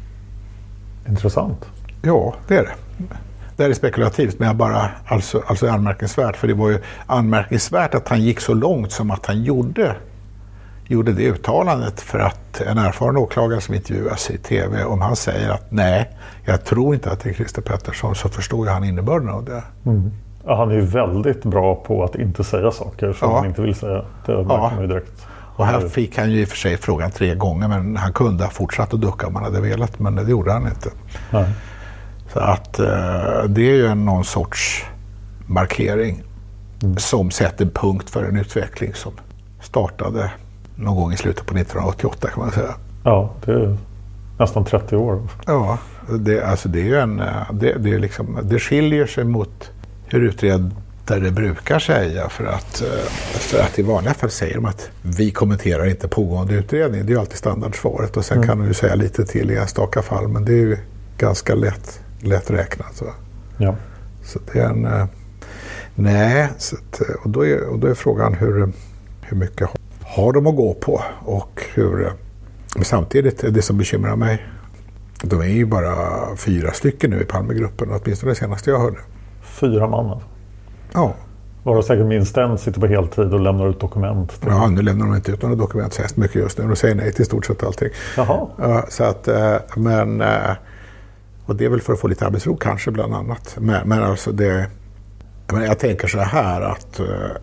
Intressant. Ja, det är det. Det är spekulativt, men jag bara, alltså, alltså anmärkningsvärt. För det var ju anmärkningsvärt att han gick så långt som att han gjorde gjorde det uttalandet, för att en erfaren åklagare som intervjuas i tv, om han säger att nej, jag tror inte att det är Christer Pettersson, så förstår ju han innebörden av det. Mm. Ja, han är ju väldigt bra på att inte säga saker som ja. han inte vill säga. Det märker ja. man ju direkt. Och här fick han ju i och för sig frågan tre gånger, men han kunde ha fortsatt att ducka om han hade velat, men det gjorde han inte. Nej. Så att uh, det är ju en, någon sorts markering mm. som sätter punkt för en utveckling som startade någon gång i slutet på nittonhundraåttioåtta, kan man säga. Ja, det är nästan trettio år. Ja, det, alltså det är ju en, det, det, är liksom, det skiljer sig mot hur utredare brukar säga, för att, för att i vanliga fall säger de att vi kommenterar inte pågående utredning. Det är ju alltid standardsvaret, och sen mm. kan du säga lite till i enstaka fall, men det är ju ganska lätt, lätt räknat. Så. Ja. Så det är en... Nej, så att, och, då är, och då är frågan hur, hur mycket har de att gå på, och hur, men samtidigt det som bekymrar mig, de är ju bara fyra stycken nu i Palmegruppen, åtminstone det senaste jag hörde. Fyra man alltså? Ja. Var det säkert minst en sitter på heltid och lämnar ut dokument? Till... Ja, nu lämnar de inte ut några dokument så mycket just nu, och de säger nej till stort sett allting. Jaha. Ja, så att, men, och det är väl för att få lite arbetsro kanske bland annat, men, men alltså det, men jag tänker så här att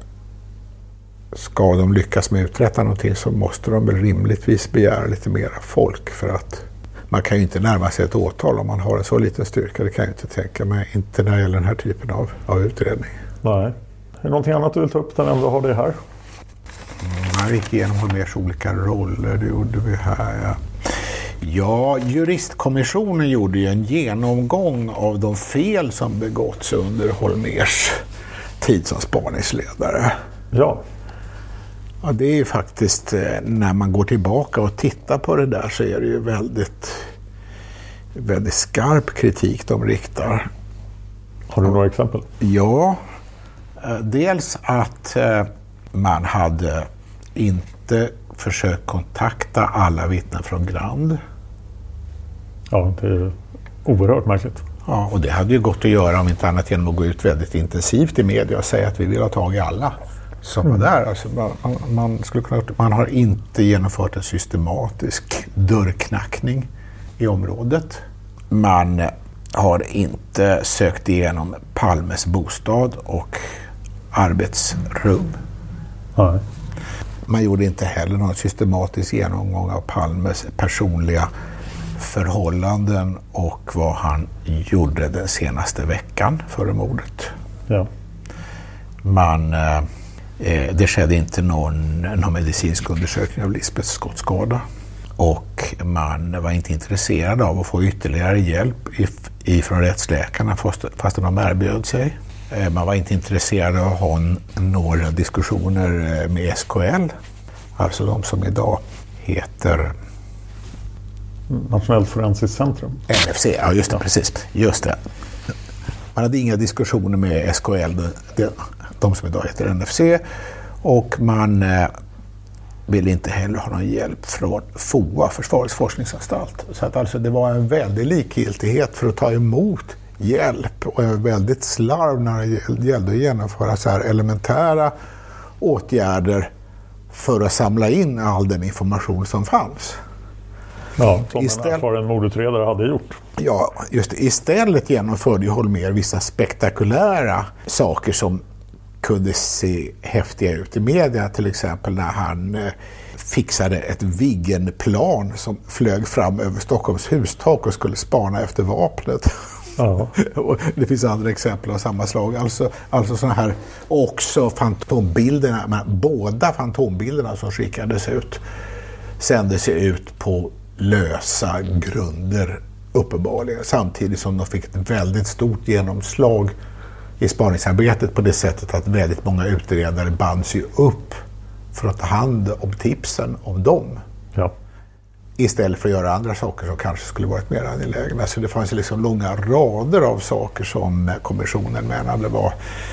ska de lyckas med att uträtta någonting, så måste de väl rimligtvis begära lite mer folk, för att man kan ju inte närma sig ett åtal om man har en så liten styrka. Det kan jag inte tänka mig, inte när det gäller den här typen av, av utredning. Nej. Är det någonting annat du vill ta upp där ändå har det här? Man gick igenom Holmérs olika roller, det gjorde vi här. Ja. Ja, juristkommissionen gjorde ju en genomgång av de fel som begåtts under Holmérs tid som spaningsledare. Ja. Ja, det är ju faktiskt, när man går tillbaka och tittar på det där så är det ju väldigt, väldigt skarp kritik de riktar. Har du några exempel? Ja, dels att man hade inte försökt kontakta alla vittnen från Grand. Ja, det är oerhört märkligt. Ja, och det hade ju gått att göra om inte annat genom att gå ut väldigt intensivt i media och säga att vi vill ha tag i alla som mm. var där. Alltså man, man, skulle kunna, man har inte genomfört en systematisk dörrknackning i området. Man har inte sökt igenom Palmes bostad och arbetsrum. Nej. Man gjorde inte heller någon systematisk genomgång av Palmes personliga förhållanden och vad han gjorde den senaste veckan före mordet. Ja. Man, eh, det skedde inte någon, någon medicinsk undersökning av Lisbeths skottskada. Och man var inte intresserad av att få ytterligare hjälp ifrån rättsläkarna fast, fast de erbjöd sig. Man var inte intresserad av att ha några diskussioner med S K L. Alltså de som idag heter Nationellt forensiskt centrum. N F C, ja just det, ja. precis. Just det. Man hade inga diskussioner med S K L, de, de som idag heter N F C. Och man eh, ville inte heller ha någon hjälp från F O A, Försvarets forskningsanstalt. Så att alltså det var en väldig likgiltighet för att ta emot hjälp och en väldigt slarv när det gällde att genomföra så här elementära åtgärder för att samla in all den information som fanns. Ja, som Istället, en erfaren mordutredare hade gjort. Ja, just det. Istället genomförde ju Holmér vissa spektakulära saker som kunde se häftiga ut i media. Till exempel när han eh, fixade ett Viggenplan som flög fram över Stockholms hustak och skulle spana efter vapnet. Ja. Det finns andra exempel av samma slag. Alltså, alltså sådana här också fantombilderna, men båda fantombilderna som skickades ut sändes ut på lösa grunder uppenbarligen, samtidigt som de fick ett väldigt stort genomslag i spaningsarbetet på det sättet att väldigt många utredare bands ju upp för att ta hand om tipsen om dem. Ja. Istället för att göra andra saker som kanske skulle varit mer angelägna. Så det fanns ju liksom långa rader av saker som kommissionen menade var,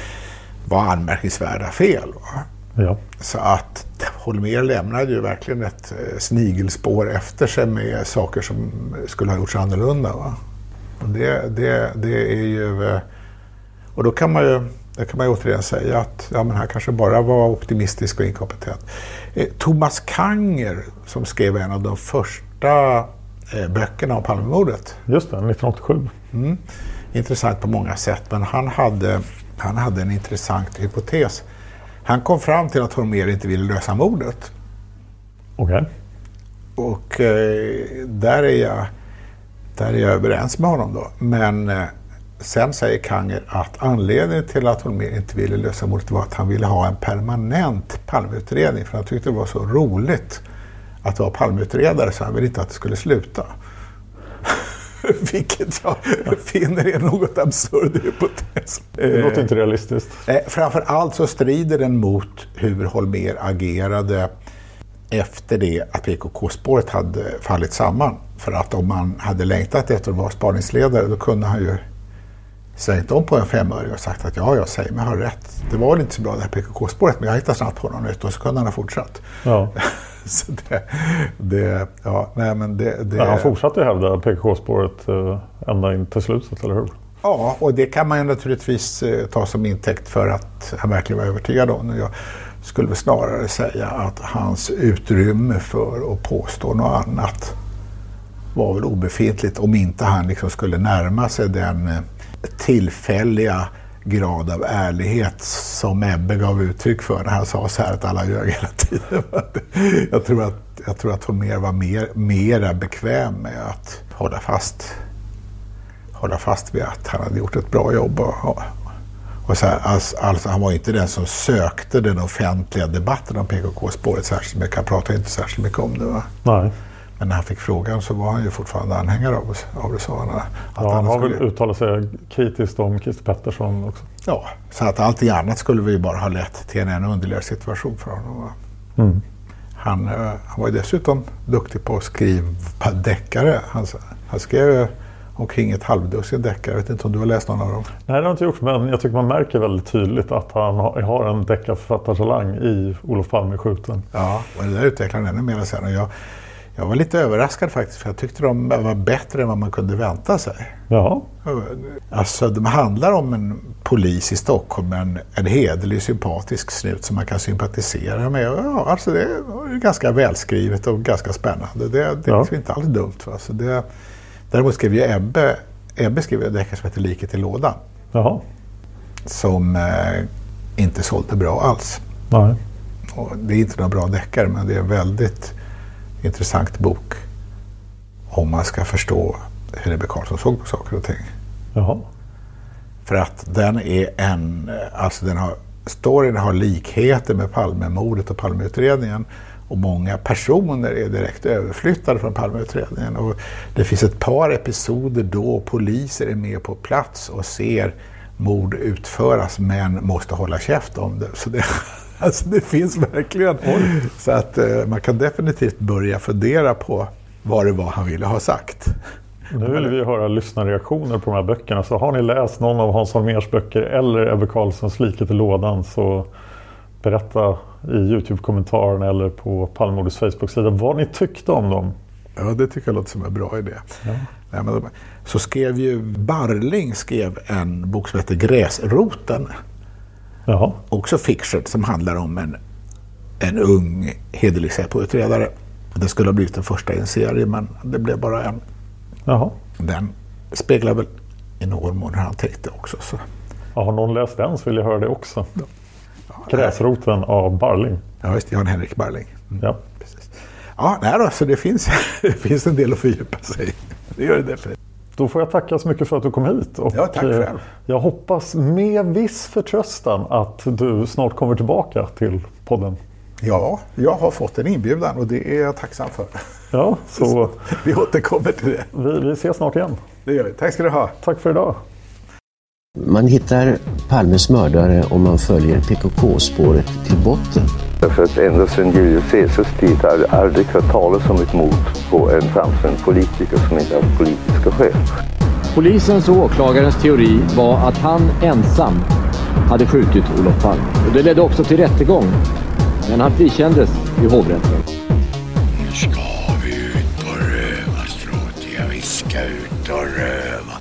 var anmärkningsvärda fel. Va? Ja. Så att Holmér lämnade ju verkligen ett snigelspår efter sig med saker som skulle ha gjorts annorlunda. Va? Och det, det, det är ju... Och då kan man ju, det kan man ju återigen säga att ja, men här kanske bara var optimistisk och inkompetent. Eh, Thomas Kanger som skrev en av de första eh, böckerna om Palmemordet. Just det, nittonhundraåttiosju. Mm. Intressant på många sätt, men han hade, han hade en intressant hypotes. Han kom fram till att Holmér inte ville lösa mordet. Okej. Okay. Och eh, där, är jag, där är jag överens med honom då. Men... Eh, Sen säger Kanger att anledningen till att Holmér inte ville lösa mordet var att han ville ha en permanent Palmeutredning. För han tyckte det var så roligt att vara Palmeutredare så han ville inte att det skulle sluta. Vilket jag finner är något absurd hypotes. Det låter inte realistiskt. Eh, framförallt så strider den mot hur Holmér agerade efter det att P K K-spåret hade fallit samman. För att om man hade längtat efter att vara spaningsledare då kunde han ju svängt om på en femöring och sagt att ja, jag säger mig har rätt. Det var väl inte så bra det här P K K-spåret, men jag hittade snabbt på något nytt och så kunde han ha fortsatt. Ja. Så det, det, ja, nej men det... det... Men han fortsatte hävda P K K-spåret eh, ända in till slutet, eller hur? Ja, och det kan man ju naturligtvis eh, ta som intäkt för att han verkligen var övertygad om. Jag skulle väl snarare säga att hans utrymme för att påstå något annat var väl obefintligt om inte han liksom skulle närma sig den eh, tillfälliga grad av ärlighet som Ebbe gav uttryck för när han sa så här att alla ljög hela tiden. Jag tror att, jag tror att Holmér var mer, mera bekväm med att hålla fast, hålla fast vid att han hade gjort ett bra jobb. Och, och så här, alltså, alltså, han var inte den som sökte den offentliga debatten om P K K-spåret särskilt mycket. Han pratade inte särskilt mycket om det. Va? Nej. Men när han fick frågan så var han ju fortfarande anhängare av, av det. Så han, att ja, han har skulle... väl uttalat sig kritiskt om Christer Pettersson också. Ja, så att allting annat skulle vi bara ha lett till en ännu underligare situation för honom. Mm. Han, han var ju dessutom duktig på att skriva deckare. Han, han skrev omkring ett halvdussin deckare. Jag vet inte om du har läst någon av dem? Nej, det har jag inte gjort, men jag tycker man märker väldigt tydligt att han har en deckarförfattartalang i Olof Palme skjuten. Ja, och det där utvecklade ännu mer sen. Och jag, jag var lite överraskad faktiskt, för jag tyckte de var bättre än vad man kunde vänta sig. Ja. Alltså, de handlar om en polis i Stockholm, en, en hederlig, sympatisk snut som man kan sympatisera med. Ja, alltså det är ganska välskrivet och ganska spännande. Det, det är ja. inte alls dumt. Alltså det, däremot skrev ju Ebbe, Ebbe skrev en deckare som heter Liket i lådan. Jaha. Som eh, inte sålde bra alls. Nej. Och det är inte någon bra deckare, men det är en väldigt intressant bok om man ska förstå hur Ebbe Carlsson såg på saker och ting. Jaha. För att den är en, alltså den har, storyn har likheter med Palmemordet och Palmeutredningen, och många personer är direkt överflyttade från Palmeutredningen, och det finns ett par episoder då poliser är med på plats och ser mord utföras men måste hålla käft om det. Så det, alltså det finns verkligen. Oj. Så att uh, man kan definitivt börja fundera på vad det var han ville ha sagt. Nu vill vi höra lyssnarreaktioner på de här böckerna. Så har ni läst någon av Hans Holmérs böcker eller Ebbe Carlssons Liket i lådan, så berätta i YouTube-kommentaren eller på Palmemordets Facebook-sida vad ni tyckte om dem. Ja, det tycker jag låter som en bra idé. Ja. Nej, men så skrev ju Barling skrev en bok som heter Gräsroten. Jaha. Också fiction, som handlar om en, en ung hederlig säpoutredare. Det skulle ha blivit den första i en serie, men det blev bara en. Jaha. Den speglar väl i någon mån hur han tänkte också. Så. Ja, har någon läst den så vill jag höra det också. Ja. Ja, Gräsroten av Barling. Ja, just Jan Henrik Barling. Mm. Ja. Precis. Ja, nej då, så det finns, det finns en del att fördjupa sig. Det gör det definitivt. Då får jag tacka så mycket för att du kom hit. Och ja, tack själv. Jag hoppas med viss förtröstan att du snart kommer tillbaka till podden. Ja, jag har fått en inbjudan och det är jag tacksam för. Ja, så vi återkommer till det. Vi, vi ses snart igen. Det gör vi. Tack ska du ha. Tack för idag. Man hittar Palmes mördare om man följer P K K-spåret till botten. Därför att ända sedan Julius Caesars tid har det aldrig hört talas om ett mord på en framstående politiker som inte har politiska skäl. Polisens och åklagarens teori var att han ensam hade skjutit Olof Palme. Och det ledde också till rättegång. Men han frikändes i hovrätten. Nu ska vi ut på rövarstråt. Ja, vi ska ut och röva.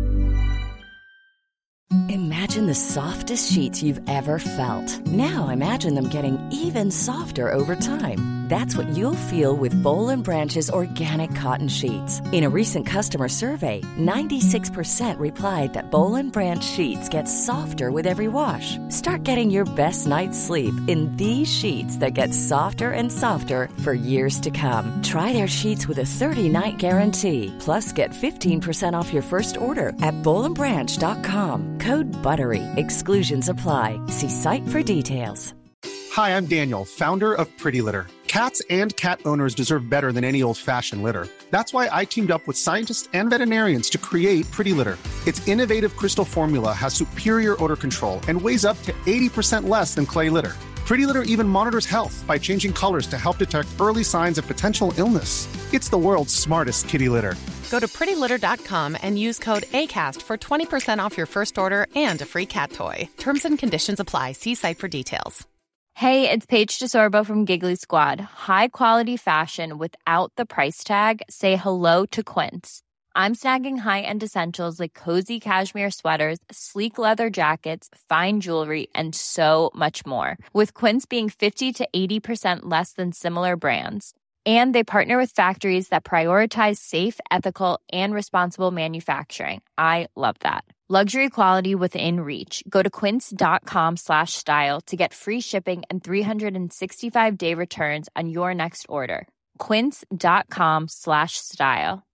Imagine the softest sheets you've ever felt. Now imagine them getting even softer over time. That's what you'll feel with Boll and Branch's organic cotton sheets. In a recent customer survey, ninety-six percent replied that Boll and Branch sheets get softer with every wash. Start getting your best night's sleep in these sheets that get softer and softer for years to come. Try their sheets with a thirty-night guarantee. Plus, get fifteen percent off your first order at boll and branch dot com. Code BUTTERY. Exclusions apply. See site for details. Hi, I'm Daniel, founder of Pretty Litter. Cats and cat owners deserve better than any old-fashioned litter. That's why I teamed up with scientists and veterinarians to create Pretty Litter. Its innovative crystal formula has superior odor control and weighs up to eighty percent less than clay litter. Pretty Litter even monitors health by changing colors to help detect early signs of potential illness. It's the world's smartest kitty litter. Go to pretty litter dot com and use code ACAST for twenty percent off your first order and a free cat toy. Terms and conditions apply. See site for details. Hey, it's Paige DeSorbo from Giggly Squad. High quality fashion without the price tag. Say hello to Quince. I'm snagging high-end essentials like cozy cashmere sweaters, sleek leather jackets, fine jewelry, and so much more. With Quince being fifty to eighty percent less than similar brands. And they partner with factories that prioritize safe, ethical, and responsible manufacturing. I love that. Luxury quality within reach. Go to quince dot com slash style to get free shipping and three sixty-five day returns on your next order. quince dot com slash style.